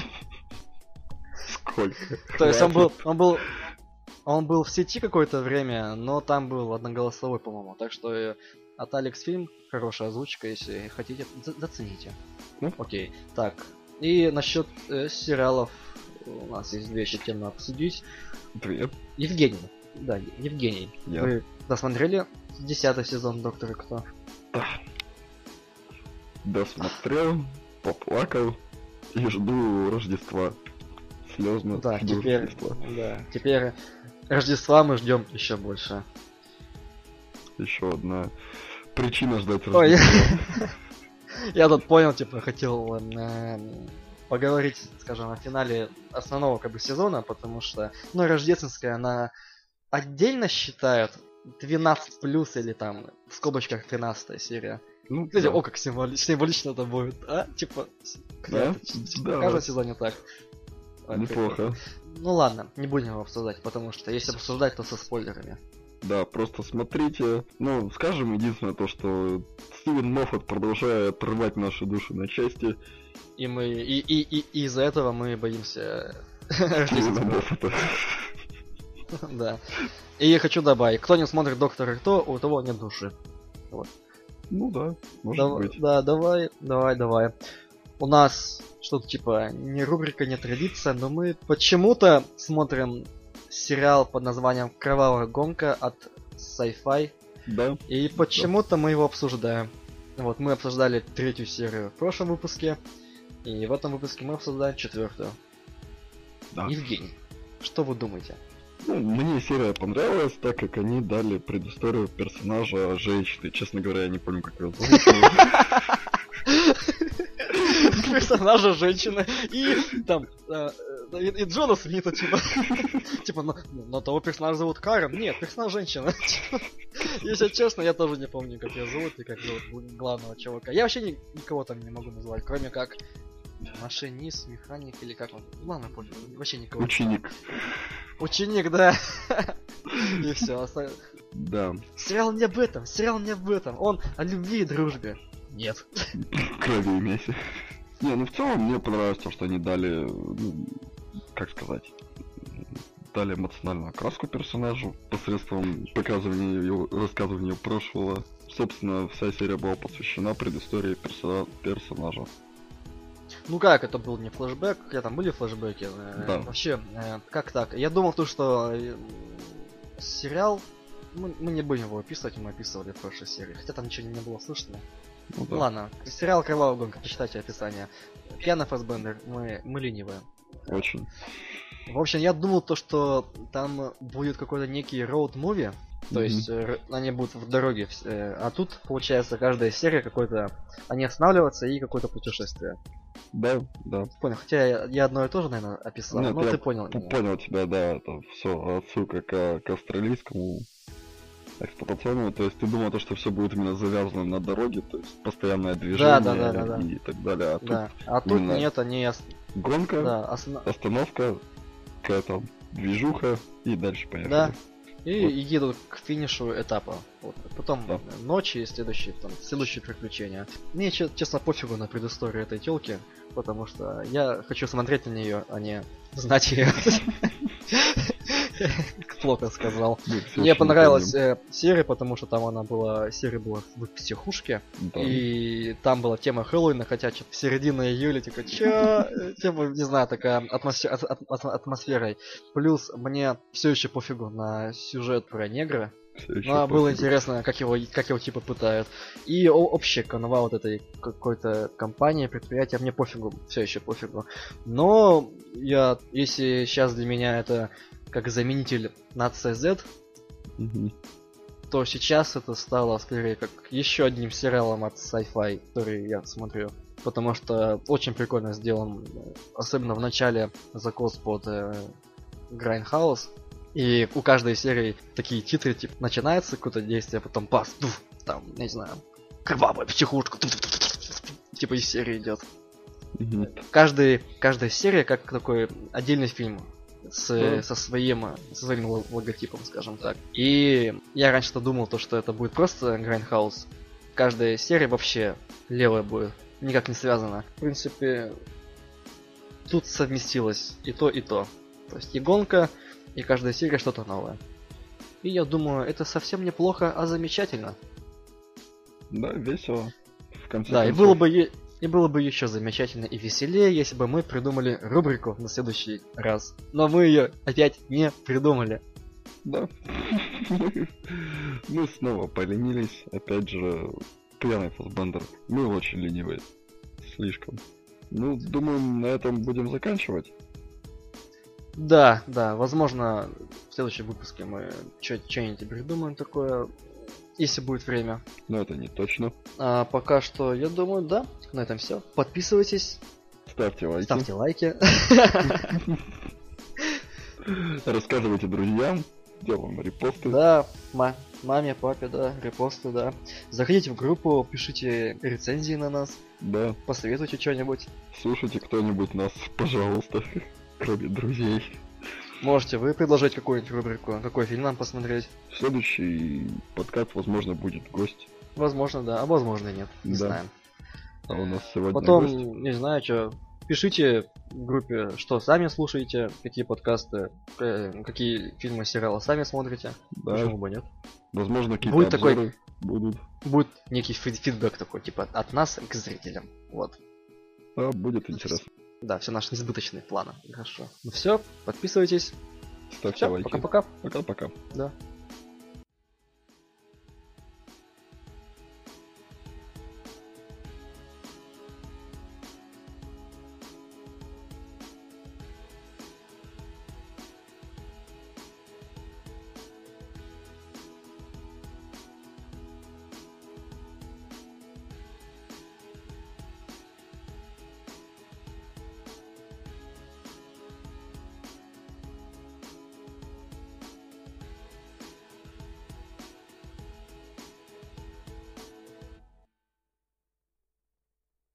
Сколько? То есть он был, Хватит. он был, он был в сети какое-то время, но там был одноголосовой, по-моему. Так что э, от Алекс Фильм хорошая озвучка, если хотите, за- зацените. Ну. Окей. Так. И насчет э, сериалов у нас есть две еще темы обсудить. Привет. Евгений. Да, Е- Евгений. Я. Вы досмотрели десятый сезон Доктора Кто? Досмотрел, поплакал и жду Рождества. Слезно Да, жду теперь, Рождества. да, теперь Рождества мы ждем еще больше. Еще одна причина ждать Ой, Рождества. я тут понял, типа, хотел э, поговорить, скажем, о финале основного как бы сезона, потому что, ну, рождественская, она отдельно считают двенадцать плюс или там в скобочках тринадцатая серия. Ну, Кстати, да. о, как символи- символично это будет, а? Типа, Да? это, типа, Да. в каждом сезоне так. А, Неплохо. Ну ладно, не будем его обсуждать, потому что если обсуждать, то со спойлерами. Да, просто смотрите. Ну, скажем единственное то, что Стивен Моффат продолжает отрывать наши души на части. И мы. И, и, и, и из-за этого мы боимся Стивена рождественского. Моффата. Да. И я хочу добавить, кто не смотрит Доктора Кто, у того нет души. Ну да, может Дав- быть. Да, давай, давай, давай. У нас что-то типа не рубрика, не традиция, но мы почему-то смотрим сериал под названием «Кровавая гонка» от Sci-Fi. Да. И почему-то мы его обсуждаем. Вот, мы обсуждали третью серию в прошлом выпуске. И в этом выпуске мы обсуждаем четвертую. Да. Евгений, что вы думаете? Ну, мне серия понравилась, так как они дали предысторию персонажа женщины. Честно говоря, я не помню, как ее зовут. но- Персонажа женщины и там э, э, и, и Джона Смита, типа. Типа, но, но того персонажа зовут Карен. Нет, персонаж женщина. Если честно, я тоже не помню, как ее зовут и как зовут главного чувака. Я вообще ни- никого там не могу назвать, кроме как машинист, механик или как он. Ладно, пофиг, вообще никого. Ученик. Ученик, да. И все. Да. Сериал не об этом, сериал не об этом. Он о любви и дружбе. Нет. Крови и меси. Не, ну в целом мне понравилось то, что они дали, ну, как сказать, дали эмоциональную окраску персонажу посредством показывания его, рассказывания прошлого. Собственно, вся серия была посвящена предыстории персона- персонажа. Ну как, это был не флешбэк, я там были флешбеки. э, Да. Вообще, э, как так? Я думал, то, что э, сериал, мы, мы не будем его описывать, мы описывали в прошлой серии, хотя там ничего не было слышно. Ну, да. Ну ладно, сериал «Кровавая гонка», почитайте описание. Пьяный Фассбендер, мы, мы ленивые. Очень. В общем, я думал то, что там будет какой-то некий роуд-муви, То Мгм. есть э, они будут в дороге, вс- э, а тут получается каждая серия какой-то, они останавливаются и какое-то путешествие. Да, да. Понял, хотя я, я одно и то же, наверное, описал, Нет, но я ты понял п- меня. понял тебя, да, это все отсылка к, к австралийскому эксплуатационному, то есть ты думал, то, что все будет именно завязано на дороге, то есть постоянное движение Да, да, да, да, да. и так далее, а Да. А тут именно нет, они ос- тут гонка, да, осна- остановка, какая-то движуха и дальше поехали. Да. и Вот. едут к финишу этапа. Вот. Потом Да. ночи и следующие, там, следующие приключения. Мне, че- честно, пофигу на предысторию этой телки, потому что я хочу смотреть на нее, а не знать ее. Плохо сказал. Мы всё Мне очень понравилась помним. э, серия, потому что там она была, серия была в психушке, Да. и там была тема Хэллоуина, хотя что-то середина июля, типа, чё? Э, Тема, не знаю, такая атмосфе- от- от- от- атмосферой. Плюс мне все еще пофигу на сюжет про негра. Всё ещё Но было пофигу. интересно, как его, как его типа пытают. И о- общая канва вот этой какой-то компании, предприятия, мне пофигу, все еще пофигу. Но я, если сейчас для меня это как заменитель нация Z, Мгм. то сейчас это стало скорее как еще одним сериалом от Sci-Fi, который я смотрю. Потому что очень прикольно сделан, э, особенно в начале закос под э, Grindhouse. И у каждой серии такие титры, типа, начинается какое-то действие, потом пас, туф, там, не знаю, кровавая психушка, туф, туф, туф, туф, туф, туф, типа из серии идет. Мгм. Каждый, каждая серия как такой отдельный фильм с, Да. со своим со своим ло- логотипом, скажем так. И я раньше-то думал, то, что это будет просто Grindhouse. Каждая серия вообще левая будет, никак не связана. В принципе, тут совместилось и то, и то. То есть и гонка, и каждая серия что-то новое. И я думаю, это совсем неплохо, а замечательно. Да, весело. В конце Да, и концов. было бы е- и было бы еще замечательно и веселее, если бы мы придумали рубрику на следующий раз. Но мы ее опять не придумали. Да. Мы снова поленились. Опять же, пьяный Фассбендер. Мы очень ленивые. Слишком. Ну, думаю, на этом будем заканчивать. Да, да, возможно, в следующем выпуске мы что-нибудь придумаем такое, если будет время. Но это не точно. А пока что, я думаю, да, на этом все. Подписывайтесь, Ставьте лайки. ставьте лайки. Рассказывайте друзьям. Делаем репосты. Да, ма- маме, папе, да, репосты, да. Заходите в группу, пишите рецензии на нас, Да. посоветуйте что-нибудь. Слушайте кто-нибудь нас, пожалуйста. Кроме друзей. Можете вы предложить какую-нибудь рубрику, какой фильм нам посмотреть. Следующий подкаст, возможно, будет гость. Возможно, да, а возможно и нет, не Да. знаем. А у нас сегодня Потом, гость. не знаю, что, пишите в группе, что сами слушаете, какие подкасты, э, какие фильмы, сериалы сами смотрите. Да. Почему бы нет? Возможно, какие-то Будет такой- обзоры будут. Будет некий фид- фидбэк такой, типа, от нас к зрителям. Вот. Да, будет интересно. Да, все наши несбыточные планы. Хорошо. Ну все, подписывайтесь. Ставьте Все, лайки. пока-пока. Пока-пока. Да.